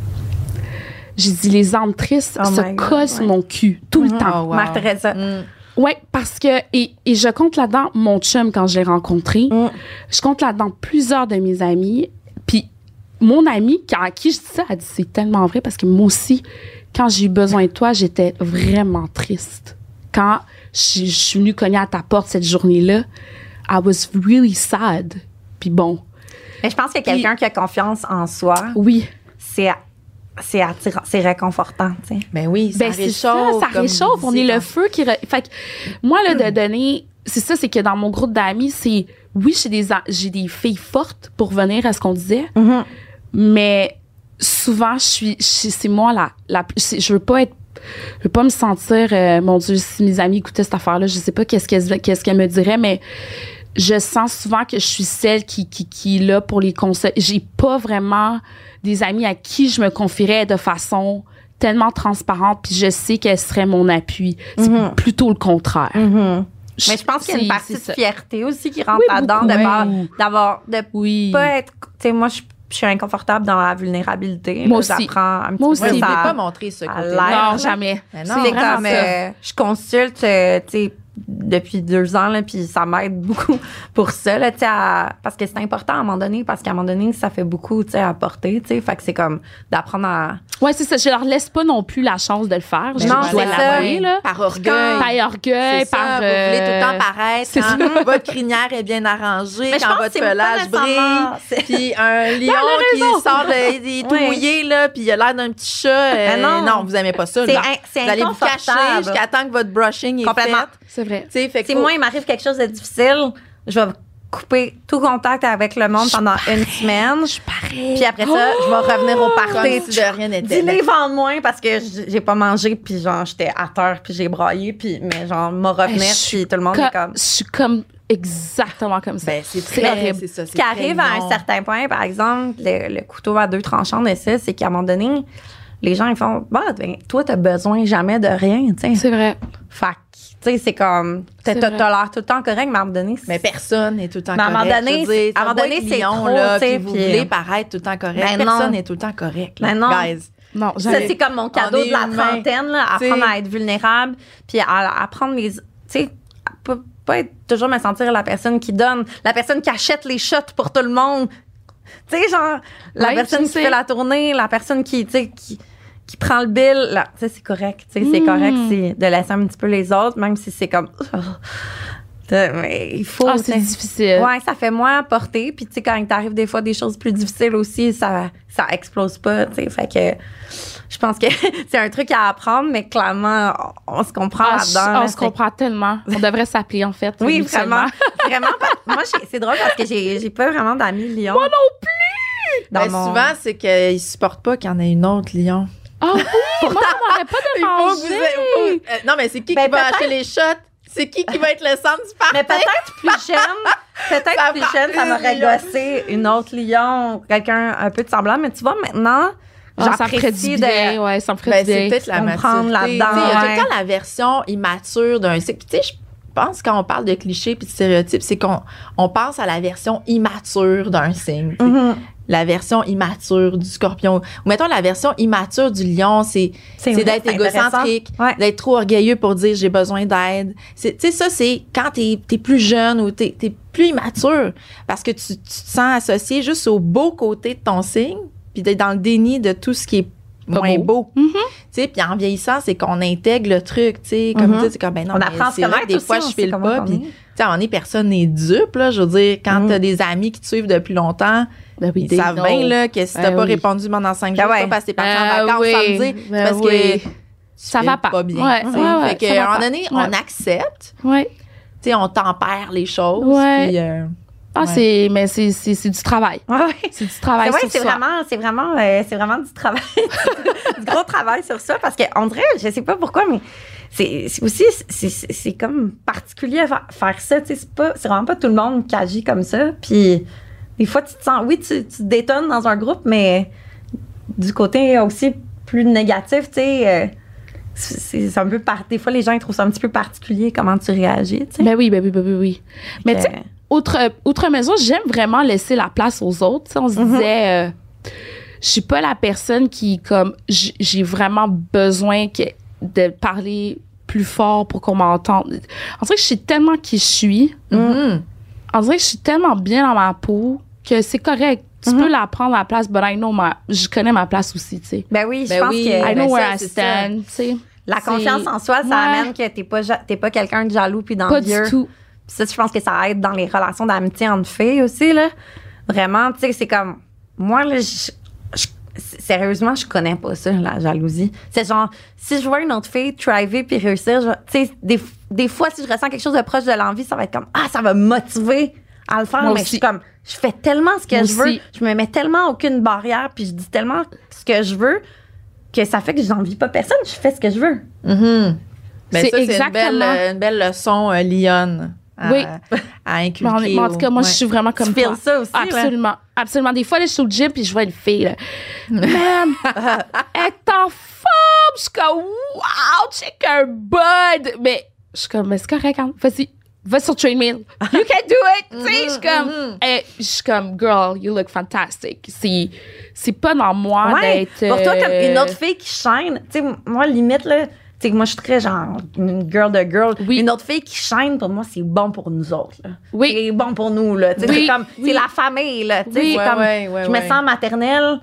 J'ai dit, les âmes tristes oh se collent sur ouais. mon cul tout mm-hmm. le temps. Oh, wow. Mère Teresa. Mm. Oui, parce que, et, et je compte là-dedans mon chum quand je l'ai rencontré. Mm. Je compte là-dedans plusieurs de mes amis. Puis, mon amie, à qui je dis ça, elle dit c'est tellement vrai parce que moi aussi, quand j'ai eu besoin de toi, j'étais vraiment triste. Quand je, je suis venue cogner à ta porte cette journée-là, I was really sad. Puis bon. Mais je pense que quelqu'un Puis, qui a confiance en soi, oui, c'est c'est attirant, c'est réconfortant, tu sais. Ben oui, ça ben réchauffe. Ça, ça réchauffe. On est le feu qui. Re... Fait que moi là de donner, c'est ça, c'est que dans mon groupe d'amis, c'est oui, j'ai des j'ai des filles fortes pour venir à ce qu'on disait. Mm-hmm. Mais souvent, je suis, je, c'est moi la, la je veux pas être, je veux pas me sentir, euh, mon Dieu, si mes amis écoutaient cette affaire-là, je sais pas qu'est-ce qu'elle, qu'est-ce qu'elle me dirait, mais je sens souvent que je suis celle qui, qui, qui est là pour les conseils. J'ai pas vraiment des amis à qui je me confierais de façon tellement transparente, puis je sais qu'elle serait mon appui. C'est mm-hmm. plutôt le contraire. Mm-hmm. Je, mais je pense qu'il y a une partie de fierté aussi qui rentre oui, là-dedans, beaucoup, de oui. pas, d'avoir, de oui. pas être, tu sais, moi, je Je suis inconfortable dans la vulnérabilité. Moi là, aussi. J'apprends un petit Moi peu aussi. ça. Je ne pas montrer ce côté-là. Non, là. jamais. Mais non, c'est comme, euh, je consulte, euh, tu sais, depuis deux ans, là, puis ça m'aide beaucoup pour ça, là, tu sais, parce que c'est important à un moment donné, parce qu'à un moment donné, ça fait beaucoup, tu sais, à porter, tu sais, fait que c'est comme d'apprendre à... Ouais, c'est ça, je leur laisse pas non plus la chance de le faire. Ben non, je dois l'avouer, là. Par orgueil. Par orgueil, c'est par... Ça, euh... vous voulez tout le temps paraître quand votre crinière est bien arrangée, mais quand votre pelage brille, puis un lion qui sort, de, il est tout oui. mouillé, là, puis il a l'air d'un petit chat. Euh, non. non, vous aimez pas ça, c'est non. Un, c'est vous allez vous cacher jusqu'à temps que votre brushing est complètement. fait. C'est vrai. Fait si faut... moi, il m'arrive quelque chose de difficile, je vais couper tout contact avec le monde pendant une semaine. Je suis pareil. Puis après ça, oh! je vais revenir au party. Comme si de rien n'était. dix livres en moins parce que j'ai pas mangé, puis genre, j'étais à terre, puis j'ai braillé, puis mais genre, m'a revenir, puis tout le monde comme, est comme... Je suis comme exactement comme ça. Ben, c'est très horrible, c'est ça. Ce qui arrive à un certain point, par exemple, le, le couteau à deux tranchants de ça, c'est qu'à un moment donné, les gens, ils font, bah, ben, toi, t'as besoin jamais de rien, tu sais. C'est vrai. Fait tu sais, c'est comme, t'as, t'as l'air tout le temps correct, mais à un moment donné, c'est... Mais personne n'est tout le temps mais correct. À un moment donné, dire, à un moment donné c'est trop, là, puis vous voulez paraître tout le temps correct. Ben personne n'est tout le temps correct, là, ben non. guys. Non, ça, c'est comme mon cadeau de la humain. trentaine, là, apprendre à être vulnérable, puis à apprendre les... Tu sais, pas, pas être, toujours me sentir la personne qui donne, la personne qui achète les shots pour tout le monde. Tu sais, genre, la ouais, personne qui sais. fait la tournée, la personne qui, tu sais, qui... qui prend le bill, là, tu sais, c'est correct, tu sais, mmh. c'est correct c'est de laisser un petit peu les autres, même si c'est comme... Mais il faut... Ah, c'est difficile. Ouais, ça fait moins à porter, puis tu sais, quand t'arrives des fois des choses plus difficiles aussi, ça, ça explose pas, tu sais, fait que je pense que c'est un truc à apprendre, mais clairement, on, on se comprend ah, là-dedans. On là, se comprend tellement. On devrait s'appeler, en fait. Oui, vraiment. Vraiment, moi, c'est drôle parce que j'ai, j'ai pas vraiment d'amis lions. Moi non plus! Ben, mon... Souvent, c'est qu'ils supportent pas qu'il y en ait une autre lion. Ah oui, moi, on m'aurait pas Il faut que vous demandé. ayez- faut- euh, non, mais c'est qui Ben, qui va peut-être- acheter les shots? C'est qui qui va être le centre du party? Mais peut-être plus jeune, Ça peut-être plus prend jeune, ça une m'aurait lion. gossé une autre lion, quelqu'un un peu de semblant. Mais tu vois, maintenant, Ah, ça me ferait j'apprécie du de... bien, ouais, ça me ferait Ben, du c'est bien. peut-être la comprendre maturité. là-dedans, Tu sais, il y a tout ouais. le temps la version immature d'un cycle. Tu sais, je pense quand on parle de clichés puis de stéréotypes, c'est qu'on on pense à la version immature d'un signe. tu sais. Mhm. La version immature du scorpion. Ou mettons la version immature du lion, c'est C'est c'est vrai, d'être c'est égocentrique, intéressant. Ouais. d'être trop orgueilleux pour dire j'ai besoin d'aide. C'est- Tu sais, ça, c'est quand t'es es plus jeune ou t'es es plus immature parce que tu, tu te sens associé juste au beau côté de ton signe puis d'être dans le déni de tout ce qui est Pas moins beau. beau. Mhm. Tu sais, puis en vieillissant, c'est qu'on intègre le truc, tu sais, comme Mhm. tu sais, c'est comme, ben non, On mais apprend à se c'est vrai que connaître des aussi, fois, on je sait file comment pas, on puis, est. tu sais, on est personne n'est dupe, là, je veux dire, quand Mhm. t'as des amis qui te suivent depuis longtemps, Ben oui, ils they savent know. bien, là, que si t'as Ben pas oui. répondu pendant cinq Ben jours, c'est ouais. pas parce que t'es parti Ben en vacances oui. samedi, c'est Ben parce oui. que tu Ça files va pas. bien. Ouais, tu sais. ouais, ouais, fait que, ça va à un moment pas. donné, Ouais. on accepte, Ouais. tu sais, on tempère les choses, Ouais. puis, euh, Ah, Ouais. c'est, mais c'est, c'est, c'est du travail. Ouais, ouais. C'est du travail Ouais, sur c'est soi. vraiment, c'est vraiment, euh, c'est vraiment du travail, du gros travail sur ça, parce qu'on dirait, je sais pas pourquoi, mais c'est, c'est aussi, c'est, c'est, c'est comme particulier à fa- faire ça, tu sais, c'est pas, c'est vraiment pas tout le monde qui agit comme ça, puis des fois, tu te sens, oui, tu, tu te détonnes dans un groupe, mais du côté aussi plus négatif, tu sais, euh, c'est, c'est un peu, par, des fois, les gens, ils trouvent ça un petit peu particulier, comment tu réagis, tu sais. Ben oui, ben oui, ben oui, oui. Mais tu sais, Euh, outre, outre mesure, j'aime vraiment laisser la place aux autres. Tu sais, on se Mhm. disait, euh, je suis pas la personne qui, comme, j- j'ai vraiment besoin que, de parler plus fort pour qu'on m'entende. On dirait que je sais tellement qui je suis. mhm. On dirait que je suis tellement bien dans ma peau que c'est correct. Tu Mhm. peux la prendre la place, but I know ma, je connais ma place aussi, tu sais. ben oui, je Ben pense oui. que... I ben know ça, where I c'est ça. stand, tu sais. La C'est- confiance en soi, ça Ouais. amène que t'es pas, ja- t'es pas quelqu'un de jaloux puis Pas d'envieux. du tout. Puis ça, je pense que ça aide dans les relations d'amitié entre filles aussi, là. Vraiment, tu sais, c'est comme... Moi, là, je- je- sérieusement, je connais pas ça, la jalousie. C'est genre, si je vois une autre fille thriver puis réussir, je- tu sais, des, des fois, si je ressens quelque chose de proche de l'envie, ça va être comme, ah, ça va me motiver à le faire. Moi mais je aussi. suis comme, je fais tellement ce que Moi je veux. aussi. Je me mets tellement aucune barrière puis je dis tellement ce que je veux que ça fait que j'envie pas personne. Je fais ce que je veux. Mhm. Ben, C'est ça, c'est une exactement- belle, euh, une belle leçon euh, lionne à, Oui. à inculquer. Mais en, mais en tout cas, moi, au- je suis vraiment comme Tu toi. feels ça aussi, là? Absolument. Absolument. Des fois, là, je suis au gym puis je vois une fille, là. Man, elle est en forme. Je suis comme, wow, check un bud. Mais je suis comme, mais c'est correct, hein. Vas-y. Va sur treadmill. You can do it. Tu sais, je suis comme, eh, je suis comme, girl, you look fantastic. C'est, c'est pas dans moi Ouais. d'être. Pour toi, comme euh, une autre fille qui shine, tu sais, moi, limite, là, tu sais, moi, je suis très genre une girl de girl. Oui. Une autre fille qui shine, pour moi, c'est bon pour nous autres, là. Oui. C'est bon pour nous, là. Tu sais, Oui. c'est comme, Oui. c'est la famille, là. Tu sais, Oui. c'est Ouais, comme, ouais, ouais, je me ouais. sens maternelle.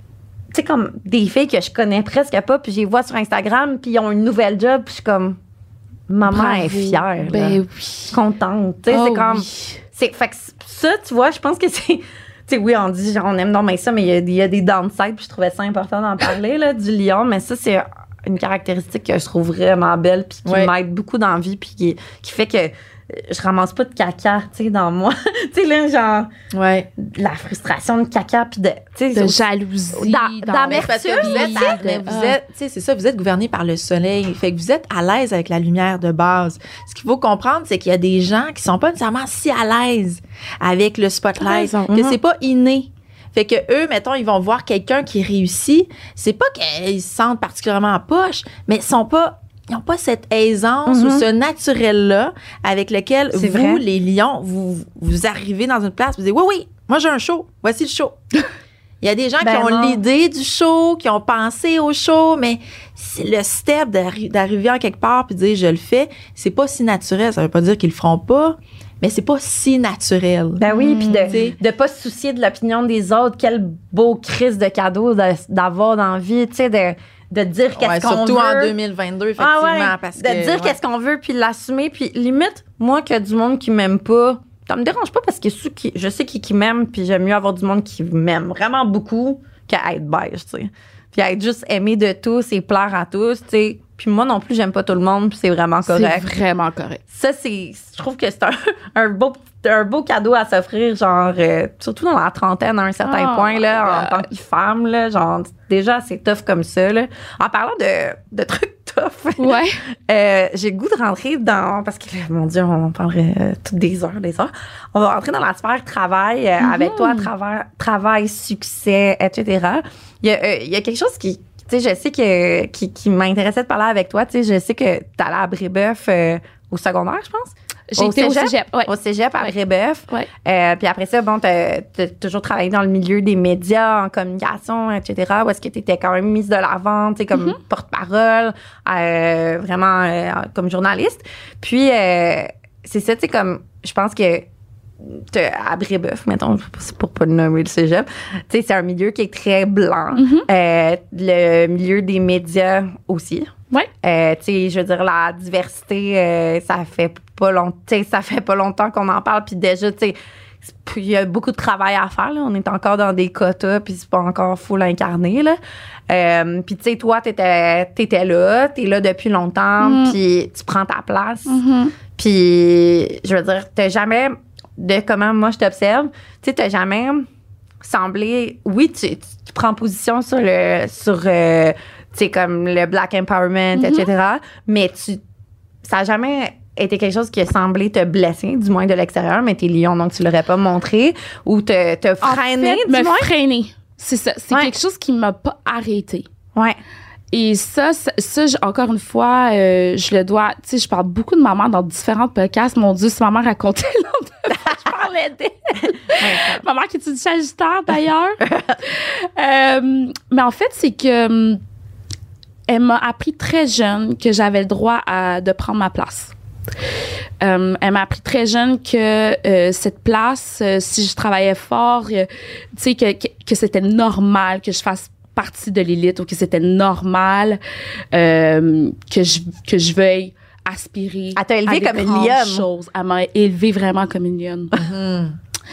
Tu sais, comme des filles que je connais presque pas, puis je les vois sur Instagram, puis ils ont une nouvelle job, puis je suis comme, maman Bravo. est fière, Ben là. oui. Contente. Tu sais, Oh c'est comme. oui. C'est, fait que ça, tu vois, je pense que c'est. Tu sais, oui, on dit, genre, on aime non, mais ça, mais il y a, il y a des downsides, puis je trouvais ça important d'en parler, là, du lion. Mais ça, c'est une caractéristique que je trouve vraiment belle, puis qui Ouais. m'aide beaucoup dans la vie, puis qui, qui fait que euh, je ramasse pas de caca, tu sais, dans moi. tu sais, là, genre, Ouais. de la frustration de caca, puis de. Tu sais, De c'est- jalousie. Dans- dans- dans Mais c'est parce que vous êtes, Merci. à- mais vous Ah. êtes, tu sais, c'est ça, vous êtes gouverné par le soleil. Fait que vous êtes à l'aise avec la lumière de base. Ce qu'il faut comprendre, c'est qu'il y a des gens qui sont pas nécessairement si à l'aise avec le spotlight, T'as raison. que Mhm. c'est pas inné. Fait que eux, mettons, ils vont voir quelqu'un qui réussit. C'est pas qu'ils se sentent particulièrement en poche, mais ils sont pas, ils ont pas cette aisance Mhm. ou ce naturel-là avec lequel C'est vous, vrai. les lions, vous, vous arrivez dans une place, vous dites, oui, oui, moi j'ai un show, voici le show. Il y a des gens Ben qui ont non. l'idée du show, qui ont pensé au show, mais c'est le step d'arri- d'arriver en quelque part puis de dire je le fais, c'est pas si naturel. Ça veut pas dire qu'ils le feront pas, mais c'est pas si naturel. Ben oui, puis t'sais. de ne pas se soucier de l'opinion des autres. Quel beau crise de cadeau de- d'avoir dans la vie, tu sais, de, de dire qu'est-ce Ouais, qu'on veut. surtout en deux mille vingt-deux, effectivement, Ah ouais, parce de que dire ouais. qu'est-ce qu'on veut puis l'assumer. Puis limite, moi, qu'il y a du monde qui m'aime pas, ça me dérange pas parce que ceux qui, je sais qui, qui m'aime, puis j'aime mieux avoir du monde qui m'aime vraiment beaucoup qu'à être beige, tu sais. Puis à être juste aimé de tous et plaire à tous, tu sais. Puis Puis moi non plus, j'aime pas tout le monde, puis c'est vraiment correct. C'est vraiment correct. Ça, c'est, je trouve que c'est un, un beau un beau cadeau à s'offrir, genre, euh, surtout dans la trentaine, à un certain oh point, là, en tant que femme, là, genre, déjà, c'est tough comme ça, là. En parlant de, de trucs tough, ouais. euh, j'ai le goût de rentrer dans, parce que, mon Dieu, on parlerait euh, toutes des heures, des heures. On va rentrer dans la sphère travail, euh, mm-hmm. avec toi, travail, travail, succès, et cetera. Il y a, euh, il y a quelque chose qui, tu sais, je sais que, qui, qui m'intéressait de parler avec toi, tu sais, je sais que t'allais à Brébeuf euh, au secondaire, je pense. J'ai été au cégep. Ouais. Au cégep à ouais. Brébeuf. Ouais. Euh, puis après ça, bon, t'as, t'as toujours travaillé dans le milieu des médias, en communication, et cetera. Où est-ce que t'étais quand même mise de l'avant, tu sais, comme mm-hmm. porte-parole, euh, vraiment euh, comme journaliste. Puis, euh, c'est ça, tu sais, comme, je pense que à Brébeuf, mettons, c'est pour pas le nommer le cégep, tu sais, c'est un milieu qui est très blanc. Mm-hmm. Euh, le milieu des médias aussi. Ouais. Euh, tu sais, je veux dire, la diversité, euh, ça fait pas longtemps, ça fait pas longtemps qu'on en parle, puis déjà, tu sais, il y a beaucoup de travail à faire, là. On est encore dans des quotas, puis c'est pas encore full incarné, là. Euh, puis tu sais, toi, t'étais, t'étais là, t'es là depuis longtemps, mm. puis tu prends ta place. Mm-hmm. Puis, je veux dire, t'as jamais, de comment moi je t'observe, tu sais, t'as jamais semblé, oui, tu, tu prends position sur le, sur... Euh, tu sais, comme le Black Empowerment, mm-hmm. et cetera. Mais tu, ça n'a jamais été quelque chose qui a semblé te blesser, du moins de l'extérieur, mais t'es lion, donc tu l'aurais pas montré, ou te, te freiner, en fait, du me moins. freiner. C'est ça. C'est ouais. quelque chose qui m'a pas arrêté. Ouais. Et ça, ça, ça encore une fois, euh, je le dois... Tu sais, je parle beaucoup de maman dans différents podcasts. Mon Dieu, si maman racontait l'autre fois, je parlais d'elle. Ouais, maman qui est du Sagittaire, d'ailleurs. euh, mais en fait, c'est que... Elle m'a appris très jeune que j'avais le droit à, de prendre ma place. Euh, elle m'a appris très jeune que euh, cette place, euh, si je travaillais fort, euh, tu sais, que, que, que c'était normal que je fasse partie de l'élite ou que c'était normal euh, que, je, que je veuille aspirer à t'élever comme une lionne. Elle m'a élevée vraiment comme une lionne. Mm-hmm.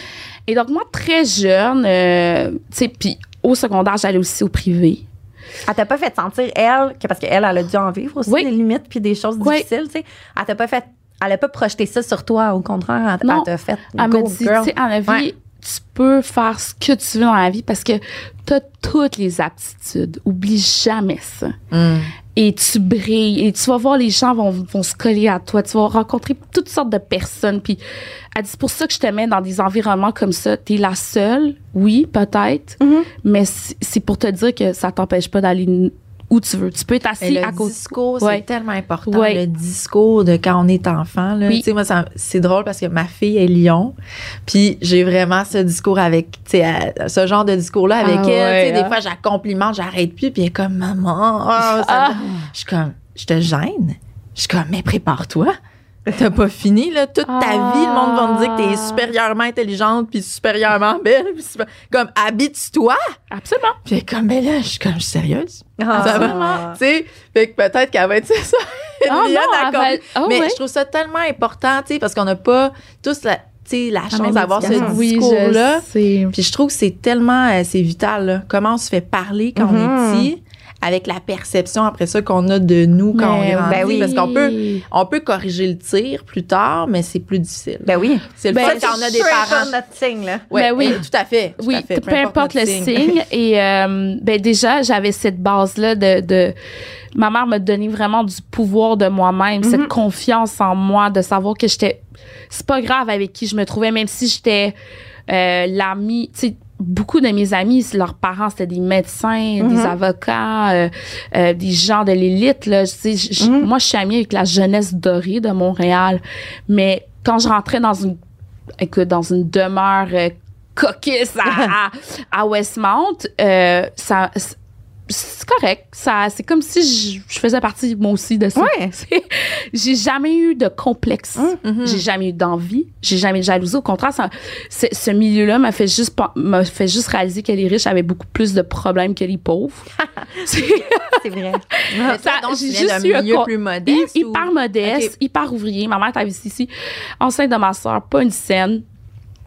Et donc, moi, très jeune, euh, tu sais, puis au secondaire, j'allais aussi au privé. Elle t'a pas fait sentir, elle, que parce qu'elle, elle a dû en vivre aussi oui. des limites puis des choses oui. difficiles, tu sais. Elle t'a pas fait, elle a pas projeté ça sur toi, au contraire, elle, non, elle t'a fait elle go, me dit, girl. Tu sais, en la vie, ouais. tu peux faire ce que tu veux dans la vie parce que t'as toutes les aptitudes. Oublie jamais ça. Mm. Et tu brilles et tu vas voir les gens vont, vont se coller à toi. Tu vas rencontrer toutes sortes de personnes. Puis elle dit, c'est pour ça que je te mets dans des environnements comme ça. T'es la seule, oui, peut-être, mm-hmm. mais c'est, c'est pour te dire que ça t'empêche pas d'aller où tu veux. Tu peux être assis le à côté. Le discours, ouais. c'est tellement important. Ouais. Le discours de quand on est enfant. Là. Oui. Tu sais, moi, ça, c'est drôle parce que ma fille est lion. Puis j'ai vraiment ce discours avec, tu sais, ce genre de discours-là avec ah, elle. Ouais, tu sais, hein? Des fois, je la complimente, j'arrête plus. Puis elle est comme, maman, oh, ça ah. Je suis comme, je te gêne. Je suis comme, mais prépare-toi. T'as pas fini, là. Toute ta ah. vie, le monde va me dire que t'es supérieurement intelligente puis supérieurement belle. Puis super... Comme, habitue-toi. Absolument. Puis comme, ben là, je suis comme, je suis sérieuse. Ah. Ça va. Tu sais, fait que peut-être qu'elle va être ça. Oh non, d'accord. Va... Oh, mais ouais. je trouve ça tellement important, tu sais, parce qu'on n'a pas tous la, la chance d'avoir ce oui, discours-là. Puis je trouve que c'est tellement, euh, c'est vital, là. Comment on se fait parler quand mm-hmm. on est petit. Avec la perception après ça qu'on a de nous quand mais, on grandit. Ben oui. Parce qu'on peut, on peut corriger le tir plus tard, mais c'est plus difficile. Ben oui. C'est le ben, fait quand on a des parents. C'est notre signe, là. Ouais, ben oui. Tout à fait. Tout oui, à fait, peu, peu importe, importe le signe. signe. Et euh, ben déjà, j'avais cette base-là de, de... Ma mère m'a donné vraiment du pouvoir de moi-même, mm-hmm. cette confiance en moi, de savoir que j'étais... C'est pas grave avec qui je me trouvais, même si j'étais euh, l'amie... Tu sais, beaucoup de mes amis, leurs parents, c'était des médecins, mm-hmm. des avocats, euh, euh, des gens de l'élite. Là. Je, je, mm-hmm. Moi, je suis amie avec la jeunesse dorée de Montréal. Mais quand je rentrais dans une, écoute, dans une demeure euh, coquisse à, à, à Westmount, euh, ça... c'est correct. Ça, c'est comme si je, je faisais partie, moi aussi, de ça. Ouais. J'ai jamais eu de complexe. Mm-hmm. J'ai jamais eu d'envie. J'ai jamais eu de jalousie. Au contraire, ça, ce milieu-là m'a fait juste, m'a fait juste réaliser que les riches avaient beaucoup plus de problèmes que les pauvres. c'est, c'est vrai. Ça, donc, j'ai juste d'un eu milieu un plus modeste? Hyper ou... modeste, okay. hyper ouvrier. Ma mère était ici, enceinte de ma soeur, pas une scène.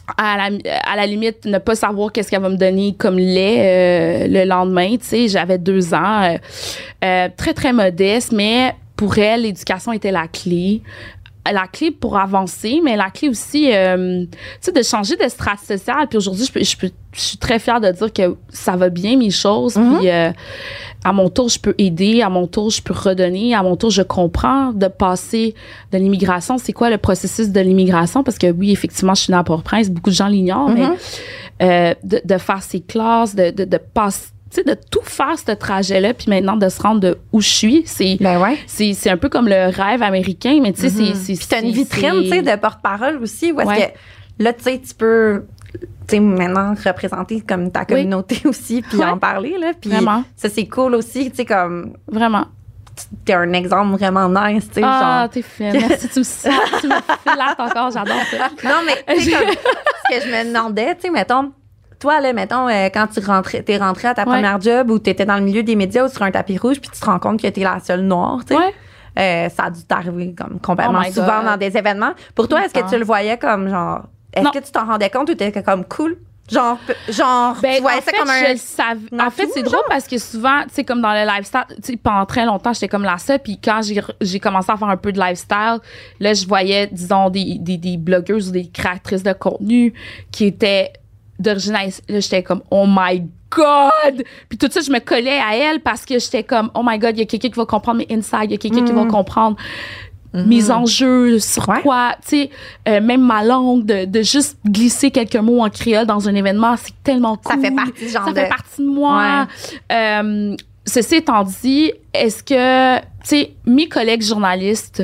à la, à la limite, ne pas savoir qu'est-ce qu'elle va me donner comme lait euh, le lendemain. Tu sais, j'avais deux ans, euh, euh, très, très modeste, mais pour elle, l'éducation était la clé. La clé pour avancer, mais la clé aussi, euh, tu sais, de changer de strates sociale. Puis aujourd'hui, je, peux, je, peux, je suis très fière de dire que ça va bien, mes choses. Mm-hmm. Puis euh, à mon tour, je peux aider. À mon tour, je peux redonner. À mon tour, je comprends de passer de l'immigration. C'est quoi le processus de l'immigration? Parce que oui, effectivement, je suis née à Port-au-Prince. Beaucoup de gens l'ignorent, mm-hmm. mais euh, de, de faire ces classes, de, de, de passer, tu sais, de tout faire ce trajet-là, puis maintenant de se rendre de où je suis, c'est ben ouais. c'est, c'est un peu comme le rêve américain, mais tu sais, mm-hmm. c'est, c'est... Puis t'as une vitrine, tu sais, de porte-parole aussi, où est-ce ouais. que, là, tu sais, tu peux, tu sais, maintenant représenter comme ta communauté oui. aussi, puis ouais. en parler, là, puis ça, c'est cool aussi, tu sais, comme... Vraiment. T'es un exemple vraiment nice, tu sais, ah, genre... t'es fine. Merci, tu me, tu me flattes encore, j'adore ça. Non, mais, tu sais, comme, ce que je me demandais, tu sais, mettons... Toi, là, mettons, euh, quand tu rentrais, t'es rentrée à ta ouais. première job ou t'étais dans le milieu des médias ou sur un tapis rouge, puis tu te rends compte que t'es la seule noire, tu sais. Ouais. Euh, ça a dû t'arriver comme complètement oh souvent God. Dans des événements. Pour toi, est-ce que tu le voyais comme genre... Est-ce non. que tu t'en rendais compte ou t'étais comme cool? Genre, genre ben, tu voyais en ça fait, comme un... Je le savais. En fait, c'est genre? drôle parce que souvent, tu sais, comme dans le lifestyle, tu sais, pendant très longtemps, j'étais comme la seule. Puis quand j'ai, j'ai commencé à faire un peu de lifestyle, là, je voyais, disons, des, des, des blogueuses ou des créatrices de contenu qui étaient... d'origine, là, j'étais comme, oh my God! Puis tout ça, je me collais à elle parce que j'étais comme, oh my God, il y a quelqu'un qui va comprendre mes insides, il y a quelqu'un mm. qui va comprendre mm-hmm. mes enjeux, sur ouais. quoi, tu sais, euh, même ma langue, de, de juste glisser quelques mots en créole dans un événement, c'est tellement cool. Ça fait partie, genre Ça de... fait partie de moi. Ouais. Euh, ceci étant dit, est-ce que, tu sais, mes collègues journalistes,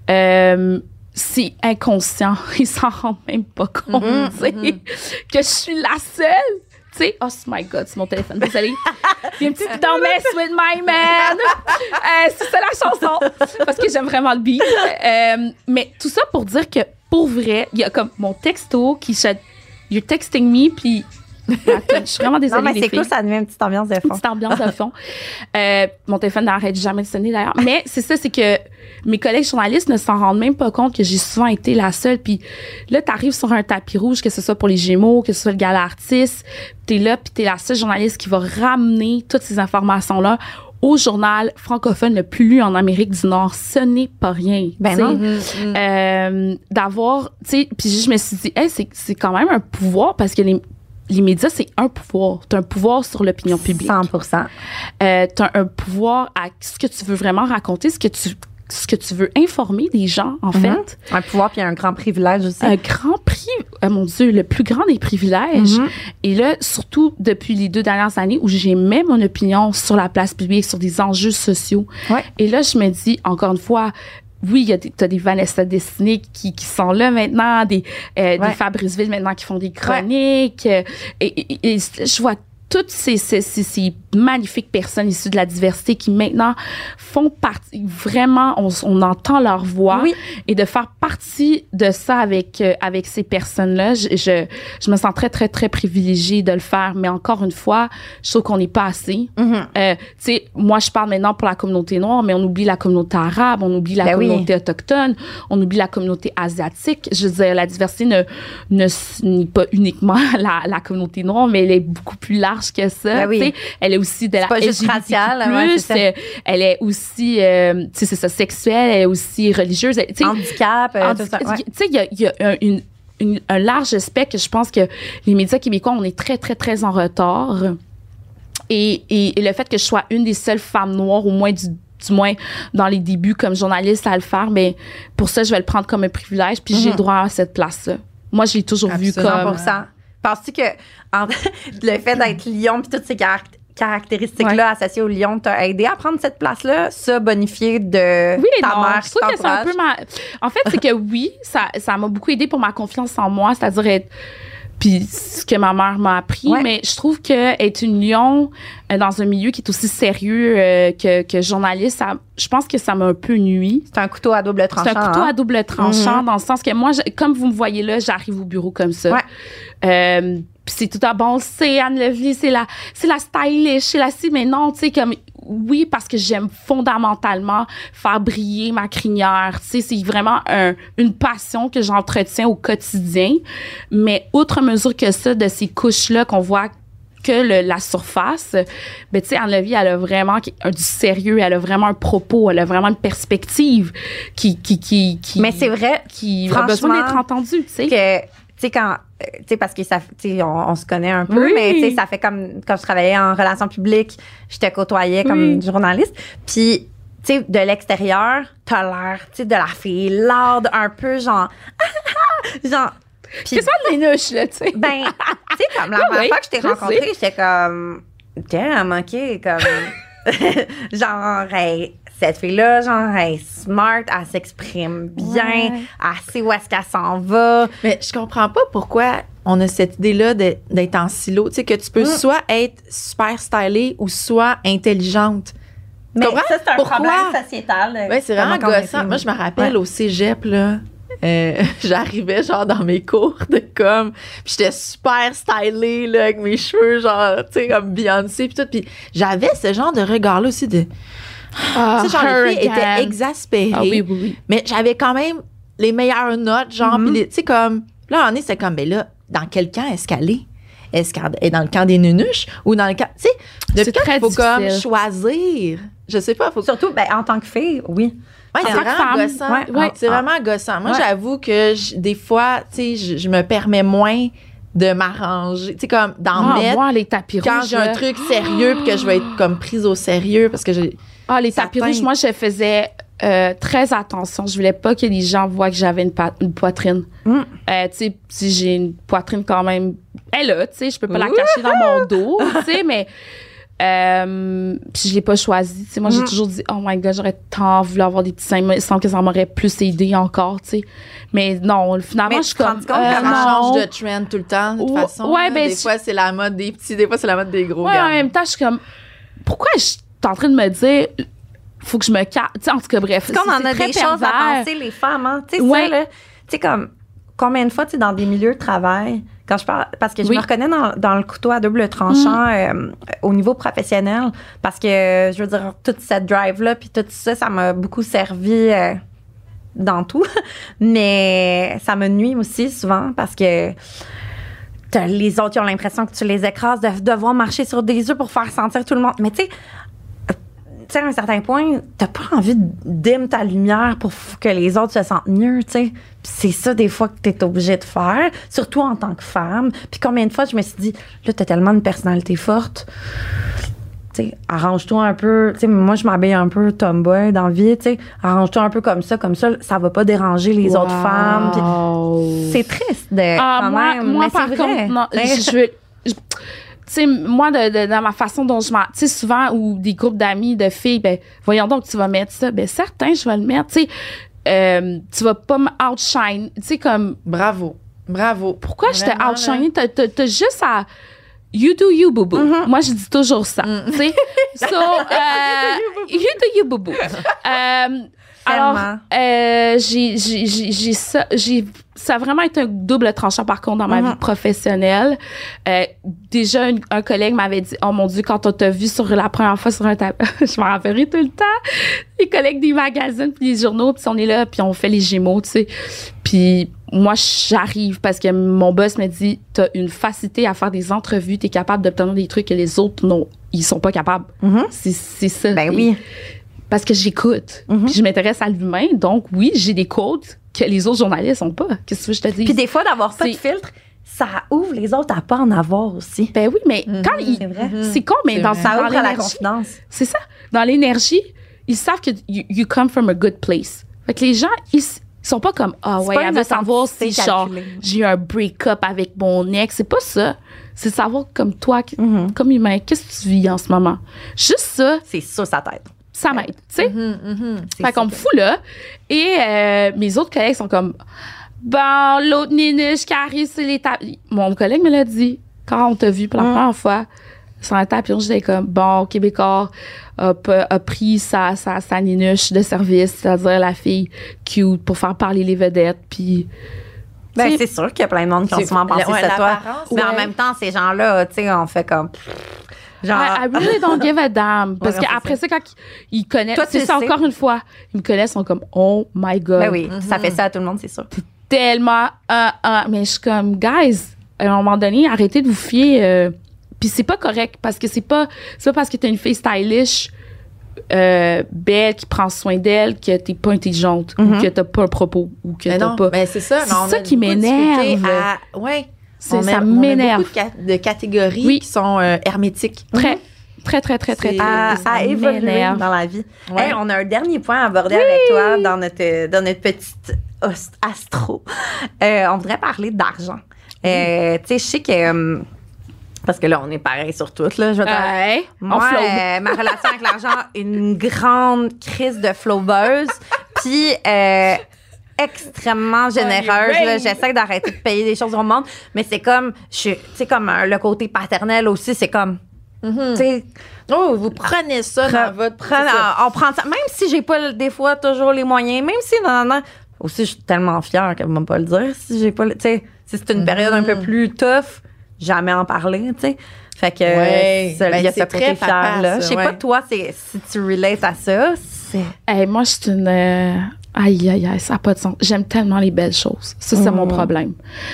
euh, c'est inconscient. Ils s'en rendent même pas compte, mm-hmm, mm-hmm. que je suis la seule. Tu sais, oh my God, c'est mon téléphone. Désolée. Il y a une petite Don't mess with my man. Euh, c'est ça la chanson. Parce que j'aime vraiment le beat. Euh, mais tout ça pour dire que, pour vrai, il y a comme mon texto qui se... You're texting me, puis... Je suis vraiment désolée. Non, mais c'est filles. cool, ça devient une petite ambiance de fond. Une petite ambiance de fond. Euh, mon téléphone n'arrête jamais de sonner d'ailleurs. Mais c'est ça, c'est que mes collègues journalistes ne s'en rendent même pas compte que j'ai souvent été la seule. Puis là, t'arrives sur un tapis rouge, que ce soit pour les Gémeaux, que ce soit le gala artiste, t'es là, puis t'es la seule journaliste qui va ramener toutes ces informations-là au journal francophone le plus lu en Amérique du Nord. Ce n'est pas rien. Ben non. Mm-hmm. Euh, d'avoir, tu sais, puis je me suis dit, hey, c'est, c'est quand même un pouvoir parce que les Les médias, c'est un pouvoir. Tu as un pouvoir sur l'opinion publique. cent pour cent. Euh, tu as un pouvoir à ce que tu veux vraiment raconter, ce que tu, ce que tu veux informer des gens, en mm-hmm. fait. Un pouvoir puis un grand privilège aussi. Un grand prix, oh mon Dieu, le plus grand des privilèges. Mm-hmm. Et là, surtout depuis les deux dernières années où j'émets mon opinion sur la place publique, sur des enjeux sociaux. Ouais. Et là, je me dis, encore une fois, oui, il y a des, t'as des Vanessa Destinée qui, qui sont là maintenant, des, euh, ouais. des Fabrice Ville maintenant qui font des chroniques. Ouais. Et, et, et je vois toutes ces, ces, ces, ces magnifiques personnes issues de la diversité qui maintenant font partie, vraiment, on, on entend leur voix. Oui. Et de faire partie de ça avec, euh, avec ces personnes-là, je, je, je me sens très, très, très privilégiée de le faire. Mais encore une fois, je trouve qu'on n'est pas assez. Mm-hmm. Euh, tu sais, moi, je parle maintenant pour la communauté noire, mais on oublie la communauté arabe, on oublie la ben communauté oui. autochtone, on oublie la communauté asiatique. Je veux dire, la diversité ne, ne, n'est pas uniquement la, la communauté noire, mais elle est beaucoup plus large que ça. Ben oui. Elle est aussi de c'est la pas juste raciale, ouais, c'est ça. Elle est aussi, euh, tu sais, c'est ça, sexuelle, elle est aussi religieuse. T'sais, handicap, euh, handi- tout ça. Ouais. Tu sais, il y a, y a un, une, une, un large spectre que je pense que les médias québécois, on est très, très, très en retard. Et, et, et le fait que je sois une des seules femmes noires, au moins du du moins dans les débuts comme journaliste à le faire, mais pour ça, je vais le prendre comme un privilège, puis mm-hmm. j'ai le droit à cette place-là. Moi, je l'ai toujours Absolument. vu comme... cent pour cent. Penses-tu que en, le fait d'être lion puis toutes ces caract- caractéristiques-là ouais. associées au lion t'a aidé à prendre cette place-là, ça bonifié de oui, ta non, mère je trouve que c'est un peu ma... En fait, c'est que oui, ça, ça m'a beaucoup aidé pour ma confiance en moi, c'est-à-dire être... Puis ce que ma mère m'a appris, ouais. mais je trouve que être une lion euh, dans un milieu qui est aussi sérieux euh, que, que journaliste, ça, je pense que ça m'a un peu nuit. C'est un couteau à double tranchant. C'est un couteau hein? à double tranchant mm-hmm. dans le sens que moi, je, comme vous me voyez là, j'arrive au bureau comme ça. Ouais. Euh, puis c'est tout à bon, c'est Anne Lovely, c'est la, c'est la stylish, c'est la ci, mais non, tu sais, comme oui, parce que j'aime fondamentalement faire briller ma crinière. Tu sais, c'est vraiment un, une passion que j'entretiens au quotidien. Mais outre mesure que ça, de ces couches-là qu'on voit que le, la surface, ben tu sais, Anne-Lovie, elle a vraiment un, du sérieux, elle a vraiment un propos, elle a vraiment une perspective qui qui qui, qui mais c'est vrai, qui a besoin d'être entendue, tu sais. Que tu sais quand tu sais parce que ça tu sais on, on se connaît un peu, oui. mais tu sais ça fait comme quand je travaillais en relations publiques, je te côtoyais comme oui. journaliste, puis tu sais de l'extérieur, t'as l'air tu sais de la fille lourde un peu genre genre c'est ça de l'énouche, là, tu sais. Ben, tu sais, comme la première oui, fois que je t'ai rencontrée, j'étais comme, damn, OK, comme, genre, hey, cette fille-là, genre, elle est smart, elle s'exprime bien, ouais. elle sait où est-ce qu'elle s'en va. Mais je comprends pas pourquoi on a cette idée-là de, d'être en silo, tu sais, que tu peux mm. soit être super stylée ou soit intelligente. Mais ça, c'est un pourquoi? Problème sociétal. Oui, c'est vraiment gossant. Moi, je me rappelle ouais. au cégep, là, Euh, j'arrivais genre dans mes cours de com, puis j'étais super stylée là avec mes cheveux genre tu sais comme Beyoncé puis tout, puis j'avais ce genre de regard là aussi de oh, tu sais genre les filles étaient exaspérées oh, oui, oui, oui. mais j'avais quand même les meilleures notes genre mm-hmm. puis tu sais comme là on est c'était comme ben là dans quel camp est-ce qu'elle est est-ce qu'elle est dans le camp des nunuches ou dans le camp tu sais de quand il faut difficile. Comme choisir je sais pas faut surtout ben en tant que fille oui. Ouais, c'est vraiment gossant. Ouais, ouais. C'est ah. vraiment gossant. Moi, ouais. j'avoue que je, des fois, tu sais, je, je me permets moins de m'arranger. Tu sais, comme d'en ah, mettre. Moi, les tapis quand rouges. j'ai un truc sérieux puis que je vais être comme prise au sérieux parce que j'ai. Ah, les tapis rouges, moi, je faisais euh, très attention. Je voulais pas que les gens voient que j'avais une, pa- une poitrine. Mm. Euh, tu sais, si j'ai une poitrine quand même. Elle est là, tu sais, je peux pas la cacher dans mon dos, tu sais, mais. Euh, puis je l'ai pas choisi. Tu sais, moi, mm. j'ai toujours dit, oh my God, j'aurais tant voulu avoir des petits seins. Il me semble que ça m'aurait plus aidé encore, tu sais. Mais non, finalement, mais je suis comme. Compte euh, ça change de trend tout le temps, de toute ouais, façon. Ouais, là, ben, des fois, c'est la mode des petits, des fois, c'est la mode des gros. Ouais, gars. en même temps, je suis comme, pourquoi je suis en train de me dire, faut que je me calme. Tu sais, en tout cas, bref. Parce qu'on en a des pervers. Choses à penser, les femmes, hein. Tu sais, ouais. ça, là. Tu sais, comme, combien de fois, tu sais, dans des milieux de travail, quand je parle, parce que je oui. me reconnais dans, dans le couteau à double tranchant mmh. euh, au niveau professionnel, parce que, je veux dire, toute cette drive-là, puis tout ça, ça m'a beaucoup servi euh, dans tout. Mais ça me nuit aussi souvent, parce que t'as les autres qui ont l'impression que tu les écrases, de devoir marcher sur des œufs pour faire sentir tout le monde. Mais tu sais, tu sais, à un certain point, t'as pas envie de dim ta lumière pour que les autres se sentent mieux, tu sais. Puis c'est ça, des fois, que t'es obligé de faire, surtout en tant que femme. Puis combien de fois, je me suis dit, là, t'as tellement une personnalité forte, tu sais, arrange-toi un peu. Tu sais, moi, je m'habille un peu tomboy dans la vie, tu sais. Arrange-toi un peu comme ça, comme ça, ça va pas déranger les wow. autres femmes. Puis c'est triste, de, ah, quand moi, même. Moi, mais par c'est contre, vrai. non, je veux... Je, tu sais, moi, de, de, dans ma façon dont je m'en... Tu sais, souvent, ou des groupes d'amis, de filles, ben, voyons donc, tu vas mettre ça. Ben, certain, je vais le mettre. Tu sais, euh, tu vas pas me outshine. Tu sais, comme... Bravo. Bravo. Pourquoi je t'ai outshine? T'as, t'as, t'as juste à... You do you, boo boo. Mm-hmm. Moi, je dis toujours ça. Mm. Tu sais? So, euh, you do you, boo boo. Euh, alors, euh, j'ai, j'ai, j'ai, j'ai ça... J'ai, ça a vraiment été un double tranchant, par contre, dans ma mm-hmm. vie professionnelle. Euh, déjà, un, un collègue m'avait dit, oh mon Dieu, quand on t'a vu sur la première fois sur un tapis, je m'en rappellerai tout le temps, les collègues des magazines puis des journaux, puis on est là, puis on fait les Gémeaux, tu sais. Puis moi, j'arrive parce que mon boss me dit, t'as une facilité à faire des entrevues, t'es capable d'obtenir des trucs que les autres, non, ils sont pas capables. Mm-hmm. C'est, c'est ça. Ben oui. Parce que j'écoute. Mm-hmm. Puis je m'intéresse à l'humain, donc oui, j'ai des codes que les autres journalistes n'ont pas. Qu'est-ce que tu veux que je te dise? Puis des fois, d'avoir pas de filtre, ça ouvre les autres à pas en avoir aussi. Ben oui, mais mm-hmm. quand ils... C'est vrai. C'est con, mais c'est dans, ça dans ouvre à la confidence. C'est ça. Dans l'énergie, ils savent que you, you come from a good place. Fait que les gens, ils sont pas comme, ah oh, ouais, elle veut savoir si genre, j'ai eu un break-up avec mon ex. C'est pas ça. C'est savoir comme toi, mm-hmm. comme humain, qu'est-ce que tu vis en ce moment. Juste ça. C'est ça, sa tête. Ça m'aide, tu sais. Mm-hmm, mm-hmm. Fait qu'on me fout là. Et euh, mes autres collègues sont comme, bon, l'autre ninuche qui arrive sur les tables. Mon collègue me l'a dit, quand on t'a vu pour la mm. première fois sur un tapis, j'étais comme, bon, Québécois a, a pris sa, sa, sa ninuche de service, c'est-à-dire la fille cute, pour faire parler les vedettes, puis... Ben, c'est sûr qu'il y a plein de monde qui ont souvent pensé ouais, ça, toi. Mais ouais. en même temps, ces gens-là, tu sais, on fait comme... Genre, I, I really don't give a damn. Parce Ouais, qu'après ça, quand ils connaissent, Toi, c'est tu ça sais. encore une fois, ils me connaissent, ils sont comme, oh my God. ben oui, ça fait ça à tout le monde, c'est sûr. Tellement, euh, euh, mais je suis comme, guys, à un moment donné, arrêtez de vous fier. Euh, Puis c'est pas correct parce que c'est pas, c'est pas parce que t'as une fille stylish, euh, belle, qui prend soin d'elle, que t'es pas intelligente Mm-hmm. ou que t'as pas un propos ou que Mais t'as non, pas. mais c'est ça. C'est mais on ça a qui beaucoup de m'énerve. difficulté à- Ouais. C'est- On met- ça on met m'énerve. beaucoup de, ca- de catégories Oui. qui sont euh, hermétiques. Très, très, très, très, très, C'est- très. À, ça à évoluer m'énerve. dans la vie. Ouais. Hey, on a un dernier point à aborder avec toi dans notre, dans notre petite os- astro. Euh, on voudrait parler d'argent. Euh, tu sais, je sais que... euh, parce que là, on est pareil sur tout. Là, je veux dire, Ouais, on moi, flotte. euh, ma relation avec l'argent, une grande crise de flobeuse. Puis... Euh, extrêmement généreuse. Ouais, là. ouais. J'essaie d'arrêter de payer des choses au monde, mais c'est comme, je suis- tu sais, comme euh, le côté paternel aussi, c'est comme, tu sais, Oh, vous prenez ça dans votre... Prends- c'est ça. on prend ça, même si j'ai pas des fois toujours les moyens, même si non, non, non. Aussi, je suis tellement fière qu'elle va pas le dire si j'ai pas, le- tu sais, si c'est une période un peu plus tough, jamais en parler, tu sais. Fait que Ouais. ça, il Ben, y a c'est ce côté très fier papa, là. ça, Je sais ouais. pas toi, c'est si tu relates à ça, c'est Hey, moi, je suis une. euh, aïe, aïe, aïe, ça n'a pas de sens. J'aime tellement les belles choses. Ça, c'est mon problème.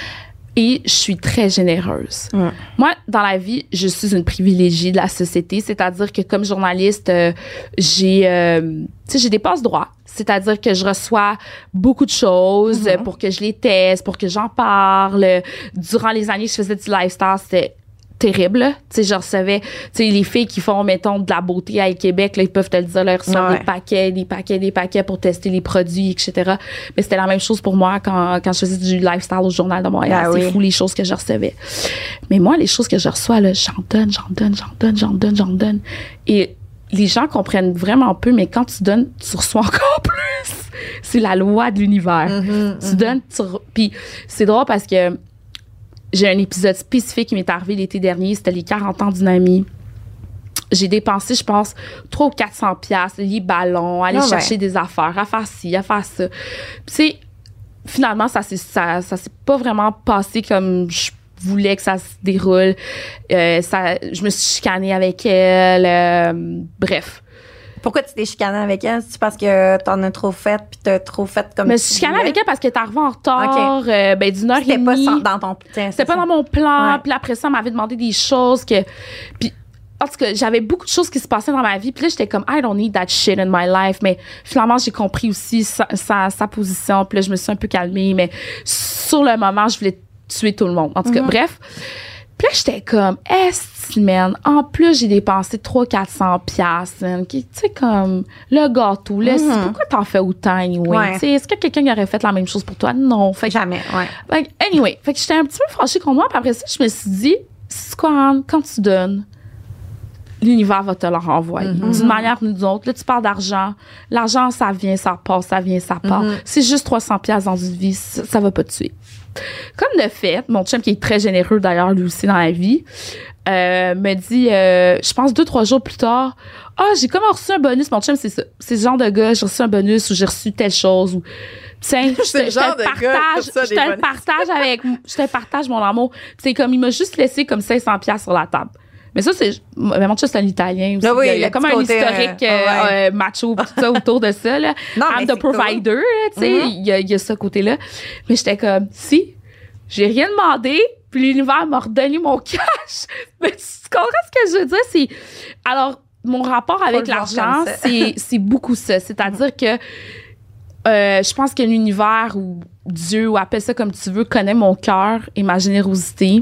Et je suis très généreuse. Mm. Moi, dans la vie, je suis une privilégiée de la société. C'est-à-dire que comme journaliste, euh, j'ai, euh, tu sais, j'ai des passe-droits. C'est-à-dire que je reçois beaucoup de choses euh, pour que je les teste, pour que j'en parle. Durant les années que je faisais du lifestyle, c'était terrible. là. Tu sais, je recevais, tu sais, les filles qui font, mettons, de la beauté à Québec, là, ils peuvent te le dire, là, ils reçoivent Ouais. des paquets, des paquets, des paquets pour tester les produits, et cetera. Mais c'était la même chose pour moi quand, quand je faisais du lifestyle au Journal de Montréal. Ben C'est oui. fou les choses que je recevais. Mais moi, les choses que je reçois, là, j'en donne, j'en donne, j'en donne, j'en donne, j'en donne. Et les gens comprennent vraiment peu, mais quand tu donnes, tu reçois encore plus. C'est la loi de l'univers. Tu donnes, tu re- Puis c'est drôle parce que j'ai un épisode spécifique qui m'est arrivé l'été dernier. C'était les quarante ans d'une amie. J'ai dépensé, je pense, trois ou quatre cents piastres, les ballons, aller Ah ouais. chercher des affaires, à faire ci, à faire ça. Puis, tu sais, finalement, ça s'est, ça, ça s'est pas vraiment passé comme je voulais que ça se déroule. Euh, ça, je me suis chicanée avec elle. euh, bref. pourquoi tu t'es chicanée avec elle? C'est parce que t'en as trop fait puis t'as trop fait comme Mais je tu suis chicanée voulais? avec elle parce qu'elle est arrivée en retard, Ok. euh, ben, d'une heure et C'était pas demie. sans- dans ton tiens, C'était pas ça. dans mon plan. Ouais. Puis là, après ça, elle m'avait demandé des choses que... Puis, en tout cas, j'avais beaucoup de choses qui se passaient dans ma vie. Puis là, j'étais comme, I don't need that shit in my life. Mais finalement, j'ai compris aussi sa, sa, sa position. Puis là, je me suis un peu calmée. Mais sur le moment, je voulais tuer tout le monde. En tout cas, Mhm. bref. Puis là, j'étais comme, esti, man. En plus, j'ai dépensé trois cents à quatre cents piastres, man. Tu sais, comme, le gâteau, là, c'est- Mhm. pourquoi t'en fais autant, anyway? Ouais. Tu sais, est-ce que quelqu'un aurait fait la même chose pour toi? Non. Fait que Jamais, ouais. fait que, anyway, fait que j'étais un petit peu fâchée contre moi. Puis après ça, je me suis dit, c'est quoi, Anne, quand tu donnes, l'univers va te le renvoyer. D'une manière ou d'une autre. Là, tu parles d'argent. L'argent, ça vient, ça part, ça vient, ça part. C'est juste trois cents piastres dans une vie. Ça, ça va pas te tuer. Comme de fait, mon chum, qui est très généreux d'ailleurs, lui aussi, dans la vie, euh, me dit, euh, je pense deux, trois jours plus tard, ah, j'ai comme reçu un bonus. Mon chum, c'est ça. C'est ce genre de gars, j'ai reçu un bonus ou j'ai reçu telle chose ou, tiens, je te, C'est le je te genre le de gars qui partage, reçoit je des te le bonus. partage avec, je te partage mon amour. Puis c'est comme, il m'a juste laissé comme cinq cents piastres sur la table. Mais ça, c'est. Mais mon chum, c'est un Italien aussi. Ah oui, il y a, il y a le comme petit un côté, historique euh, euh, ouais. euh, macho, pis tout ça autour de ça. Là. Non, mais I'm the c'est cool. provider, là, tu sais. Mhm. Il y, a, il y a ce côté-là. Mais j'étais comme, si, j'ai rien demandé, puis l'univers m'a redonné mon cash. Mais tu comprends ce que je veux dire? C'est. Alors, mon rapport avec le voir l'argent, comme ça. c'est, c'est beaucoup ça. C'est-à-dire que. Euh, je pense que l'univers ou Dieu, ou appelle ça comme tu veux, connaît mon cœur et ma générosité.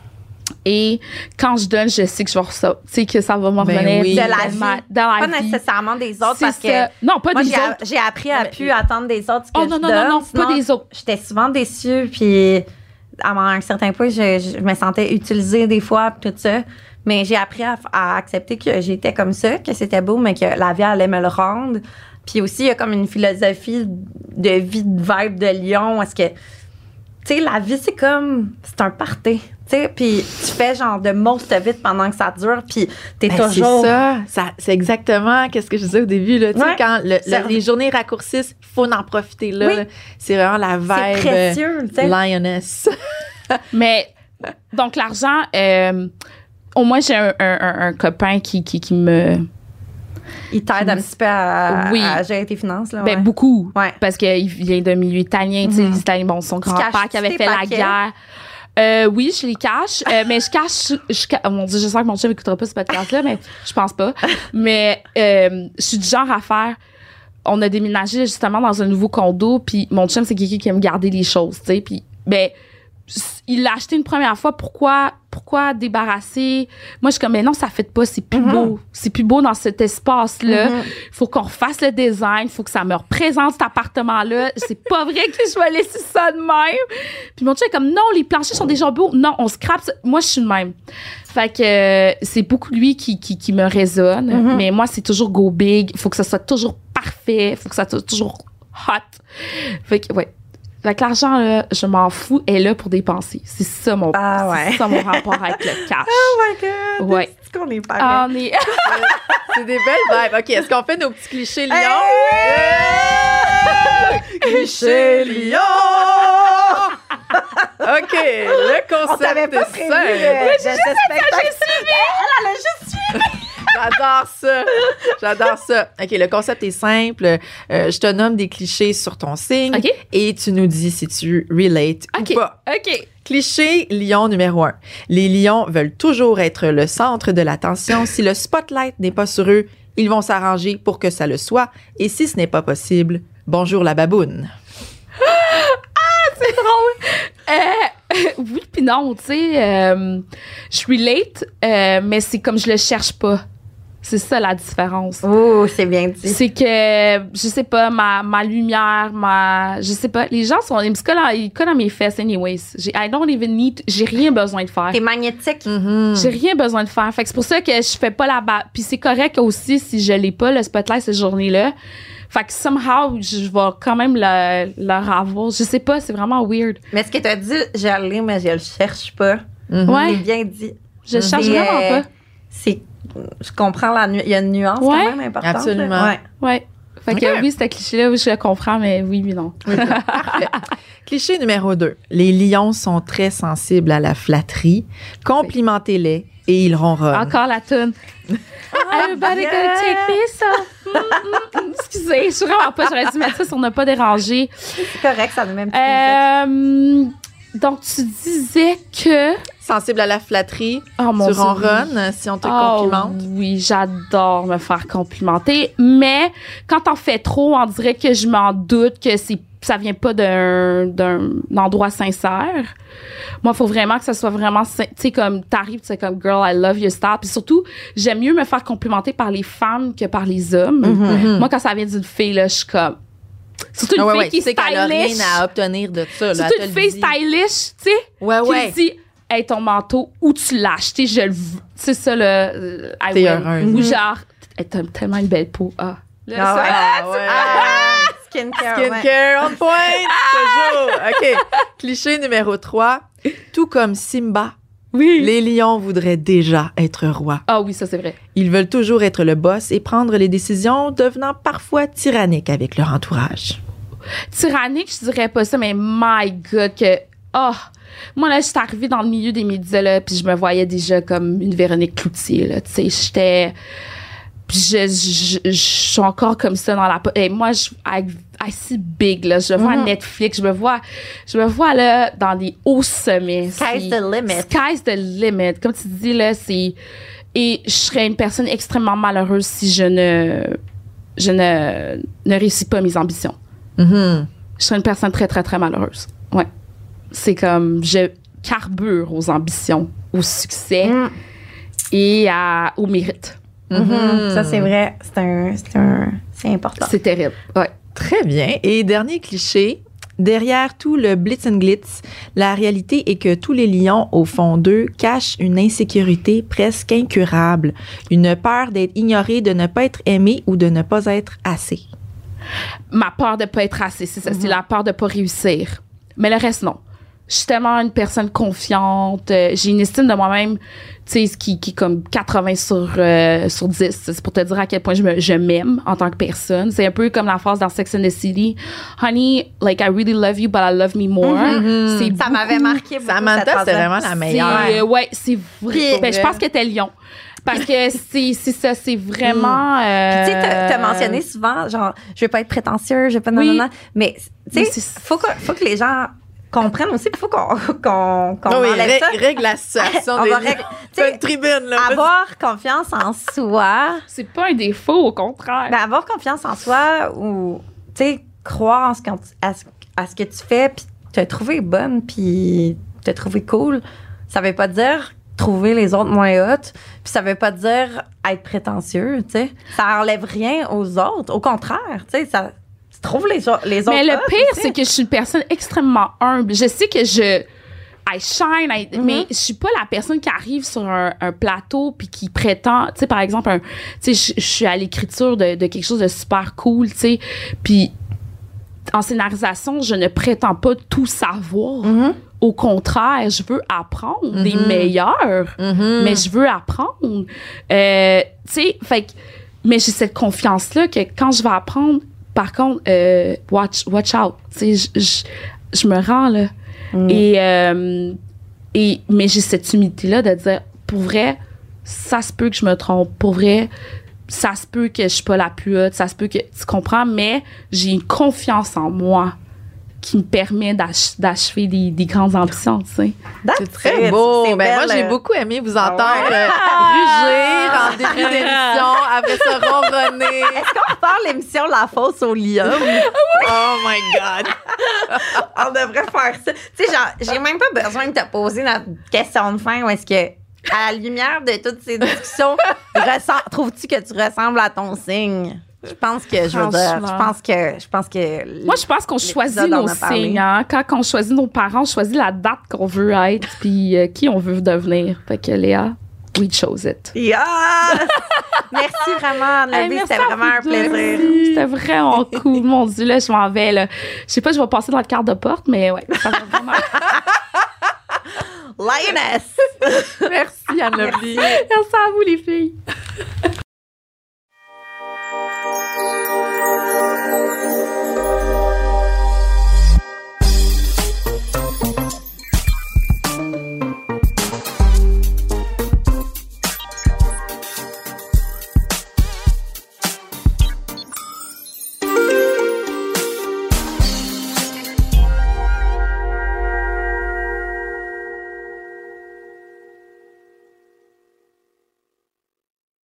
Et quand je donne, je sais que je vais recevoir, tu sais, que ça va me Ben revenir oui. De la vie. ma- dans la Pas vie. nécessairement des autres C'est parce que ça. Non, pas moi, des j'ai, autres. j'ai appris à plus attendre des autres ce que Oh je non, non, donne. non, non, pas Sinon, des autres. J'étais souvent déçue, puis à un certain point, je, je me sentais utilisée des fois, puis tout ça. Mais j'ai appris à, à accepter que j'étais comme ça, que c'était beau, mais que la vie allait me le rendre. Puis aussi, il y a comme une philosophie de vie, de vibe de lion. Est-ce que, tu sais, la vie, c'est comme, c'est un party. Tu sais, puis tu fais genre de most of it pendant que ça dure, puis t'es Ben, toujours. C'est ça, ça c'est exactement qu'est-ce que je disais au début. Là. Tu sais, Ouais. quand le- Ça- le- les journées raccourcissent, il faut en profiter. Là, Oui. là. C'est vraiment la C'est vibe précieux, tu sais. lioness. Mais, donc, l'argent, euh, au moins, j'ai un, un, un, un copain qui, qui, qui me... Il t'aide un petit peu à, oui. à gérer tes finances, là. Ben, ouais. beaucoup. Ouais. Parce qu'il vient d'un milieu italien, tu sais, Mm-hmm. les Italiens, bon, son grand-père qui avait tes fait paquets? la guerre. Euh, oui, je les cache, euh, mais je cache, je, ca- oh mon Dieu, j'espère que mon chef n'écoutera pas ce podcast-là, mais je pense pas. Mais euh, je suis du genre à faire, on a déménagé justement dans un nouveau condo, puis mon chum, c'est quelqu'un qui aime garder les choses, tu sais, puis ben, il l'a acheté une première fois, pourquoi, pourquoi débarrasser? Moi, je suis comme, mais non, ça fait pas, c'est plus mm-hmm. beau. C'est plus beau dans cet espace-là. Mm-hmm. Faut qu'on refasse le design, faut que ça me représente cet appartement-là. C'est pas vrai que je vais laisser ça de même. Puis mon chum est comme, non, les planchers sont déjà beaux. Non, on scrape ça. Moi, je suis de même. Fait que euh, c'est beaucoup lui qui, qui, qui me résonne. Mm-hmm. Mais moi, c'est toujours go big. Faut que ça soit toujours parfait. Faut que ça soit toujours hot. Fait que, ouais. Fait que l'argent, là, je m'en fous, est là pour dépenser. C'est ça mon, ah ouais. c'est ça mon rapport avec le cash. Oh my God! Ouais. C'est qu'on est pas ah, on est... C'est des belles vibes. OK, est-ce qu'on fait nos petits clichés Lyon? Hey! Clichés Lyon! OK, le concept on t'avait pas est prévu simple. de, de ce spectacle. Elle a juste suivi! J'adore ça. J'adore ça. OK, le concept est simple. Euh, je te nomme des clichés sur ton signe OK. et tu nous dis si tu relates OK. ou pas. OK. Cliché lion numéro un. Les lions veulent toujours être le centre de l'attention. Si le spotlight n'est pas sur eux, ils vont s'arranger pour que ça le soit. Et si ce n'est pas possible, bonjour la baboune. Ah, c'est drôle! Euh, oui puis non, tu sais. Euh, je relate, euh, mais c'est comme je le cherche pas. C'est ça la différence. Oh, c'est bien dit. C'est que, je sais pas, ma, ma lumière, ma. Je sais pas, les gens sont. Ils me collent, ils collent à mes fesses, anyways. J'ai, I don't even need. J'ai rien besoin de faire. T'es magnétique. Mm-hmm. J'ai rien besoin de faire. Fait que c'est pour ça que je fais pas la bas. Puis c'est correct aussi si je l'ai pas, le spotlight, cette journée-là. Fait que somehow, je vais quand même le, leur avoir. Je sais pas, c'est vraiment weird. Mais ce que t'as dit, je l'ai, mais je le cherche pas. Mm-hmm. Ouais. C'est bien dit. Je cherche Et, vraiment euh, pas. C'est. Je comprends la nuance. Il y a une nuance Ouais. quand même importante. Absolument. Là. Ouais. Ouais. Fait que Okay. oui, ce cliché-là, oui, je le comprends, mais oui, mais non. Parfait. Cliché numéro deux. Les lions sont très sensibles à la flatterie. Complimentez-les et ils ronronnent. Encore la toune. Everybody yeah. gonna take this off. Mm, mm, mm. Excusez, je suis vraiment pas. J'aurais dû mettre ça sur ne pas déranger. C'est correct, ça nous met un petit Euh, donc, tu disais que... Sensible à la flatterie. Oh mon Tu Dieu. ronronnes si on te Oh, complimente. oui, j'adore me faire complimenter. Mais quand t'en fais trop, on dirait que je m'en doute que c'est ça vient pas d'un, d'un endroit sincère. Moi, il faut vraiment que ça soit vraiment... Tu sais, comme t'arrives, tu sais, comme « Girl, I love your style ». Puis surtout, j'aime mieux me faire complimenter par les femmes que par les hommes. Mm-hmm. Moi, quand ça vient d'une fille, là, je suis comme... Surtout une Ah ouais, fille ouais, qui est tu sais qu'elle a stylish. rien à obtenir de ça. Là, Surtout elle une te le fille dit. stylish, tu sais. Ouais, qui ouais. me dit « Hey, ton manteau, où tu l'as acheté? Je le veux. » C'est ça, le... euh, I T'es win. heureuse. Ou genre, hey, t'as tellement une belle peau. Ah. Là, Ah ça- ouais. Ah ouais. Ah, skincare. ouais. Skincare on point, toujours. OK. Cliché numéro trois. Tout comme Simba, Oui. les lions voudraient déjà être rois. Ah oui, ça, c'est vrai. Ils veulent toujours être le boss et prendre les décisions, devenant parfois tyranniques avec leur entourage. Tyrannique, je dirais pas ça, mais my God, que... Oh! Moi, là, j'étais arrivée dans le milieu des médias, là, puis je me voyais déjà comme une Véronique Cloutier, là. Tu sais, j'étais... Puis je, je, je, je suis encore comme ça dans la... Et moi, je... I, I see big, là. Je me vois à Mm-hmm. Netflix, je me vois... Je me vois, là, dans des hauts sommets. Sky's C'est- the limit. Sky's the limit. Comme tu dis, là, c'est... Et je serais une personne extrêmement malheureuse si je ne... Je ne, ne réussis pas mes ambitions. Mm-hmm. Je serais une personne très, très, très malheureuse. Ouais. C'est comme, je carbure aux ambitions, au succès Mm. et à, au mérite. Mhm. Ça, c'est vrai. C'est un. C'est un. C'est important. C'est terrible. Ouais. Très bien. Et dernier cliché. Derrière tout le blitz and glitz, la réalité est que tous les lions, au fond d'eux, cachent une insécurité presque incurable, une peur d'être ignoré, de ne pas être aimé ou de ne pas être assez. Ma peur de pas être assez, c'est ça. C'est la peur de pas réussir. Mais le reste, non. je suis tellement une personne confiante. Euh, j'ai une estime de moi-même, tu sais, qui, qui est comme quatre-vingts sur, euh, sur dix. C'est pour te dire à quel point je, me, je m'aime en tant que personne. C'est un peu comme la phrase dans Sex and the City. Honey, like, I really love you, but I love me more. Mm-hmm. C'est ça beaucoup, m'avait marqué beaucoup. Samantha, c'est vraiment la meilleure. C'est, euh, ouais, c'est vrai. Ben, je pense que t'es lion. Parce que c'est, c'est ça, c'est vraiment... Euh... Tu sais, t'as, t'as mentionné souvent, genre, je veux pas être prétentieux, je veux pas... Non, oui. non, non. Mais, tu sais, faut que, faut que les gens comprennent aussi, il faut qu'on, qu'on, qu'on oui, enlève ré- ça. règle la situation. On des va régler... C'est une tribune, là. Avoir confiance en soi... C'est pas un défaut, au contraire. Ben, avoir confiance en soi ou, tu sais, croire en ce qu'on- à, ce, à ce que tu fais, puis te trouver bonne, puis te trouver cool, ça veut pas dire trouver les autres moins hot, puis ça veut pas dire être prétentieux, tu sais. Ça enlève rien aux autres. Au contraire, tu sais, ça... Tu trouves les, o- les autres Mais le hot pire, aussi. c'est que je suis une personne extrêmement humble. Je sais que je... I shine, I- Mm-hmm. mais je suis pas la personne qui arrive sur un, un plateau puis qui prétend, tu sais, par exemple, un, tu sais, je je suis à l'écriture de, de quelque chose de super cool, tu sais, puis en scénarisation, je ne prétends pas tout savoir. Mm-hmm. Au contraire, je veux apprendre des meilleurs, mais je veux apprendre. Euh, tu sais, fait que, mais j'ai cette confiance-là que quand je vais apprendre, par contre, euh, watch, watch out. Tu sais, je, je, je me rends là. Mm. Et, euh, et, mais j'ai cette humilité-là de dire, pour vrai, ça se peut que je me trompe. Pour vrai, ça se peut que je suis pas la plus haute. Ça se peut que, tu comprends, mais j'ai une confiance en moi qui me permet d'ach- d'achever des, des grandes ambitions, tu sais. That's C'est très it. beau. C'est Ben, moi, belle. j'ai beaucoup aimé vous entendre Ah ouais. euh, rugir en début d'émission, après ça ronronner. Est-ce qu'on parle l'émission La Fosse au Lium? Oh my God! On devrait faire ça. Tu sais, genre, j'ai même pas besoin de te poser notre question de fin où est-ce que, à la lumière de toutes ces discussions, ressens- trouves-tu que tu ressembles à ton signe? Je pense que, je veux dire, je Franchement. pense que, je pense que... Moi, je pense qu'on choisit l'épisode en nos a parlé. signes. Hein? Quand on choisit nos parents, on choisit la date qu'on veut être puis euh, qui on veut devenir. Fait que Léa, we chose it. Yes! Merci vraiment, Anne-Levy. Hey, merci C'était à vraiment un vous plaisir. deux. C'était vraiment cool. Mon Dieu, là, je m'en vais. Là. Je sais pas, je vais passer dans le quart de porte, mais ouais, ça va vraiment. Lioness! Merci, Anne-Lovely. Merci à vous, les filles.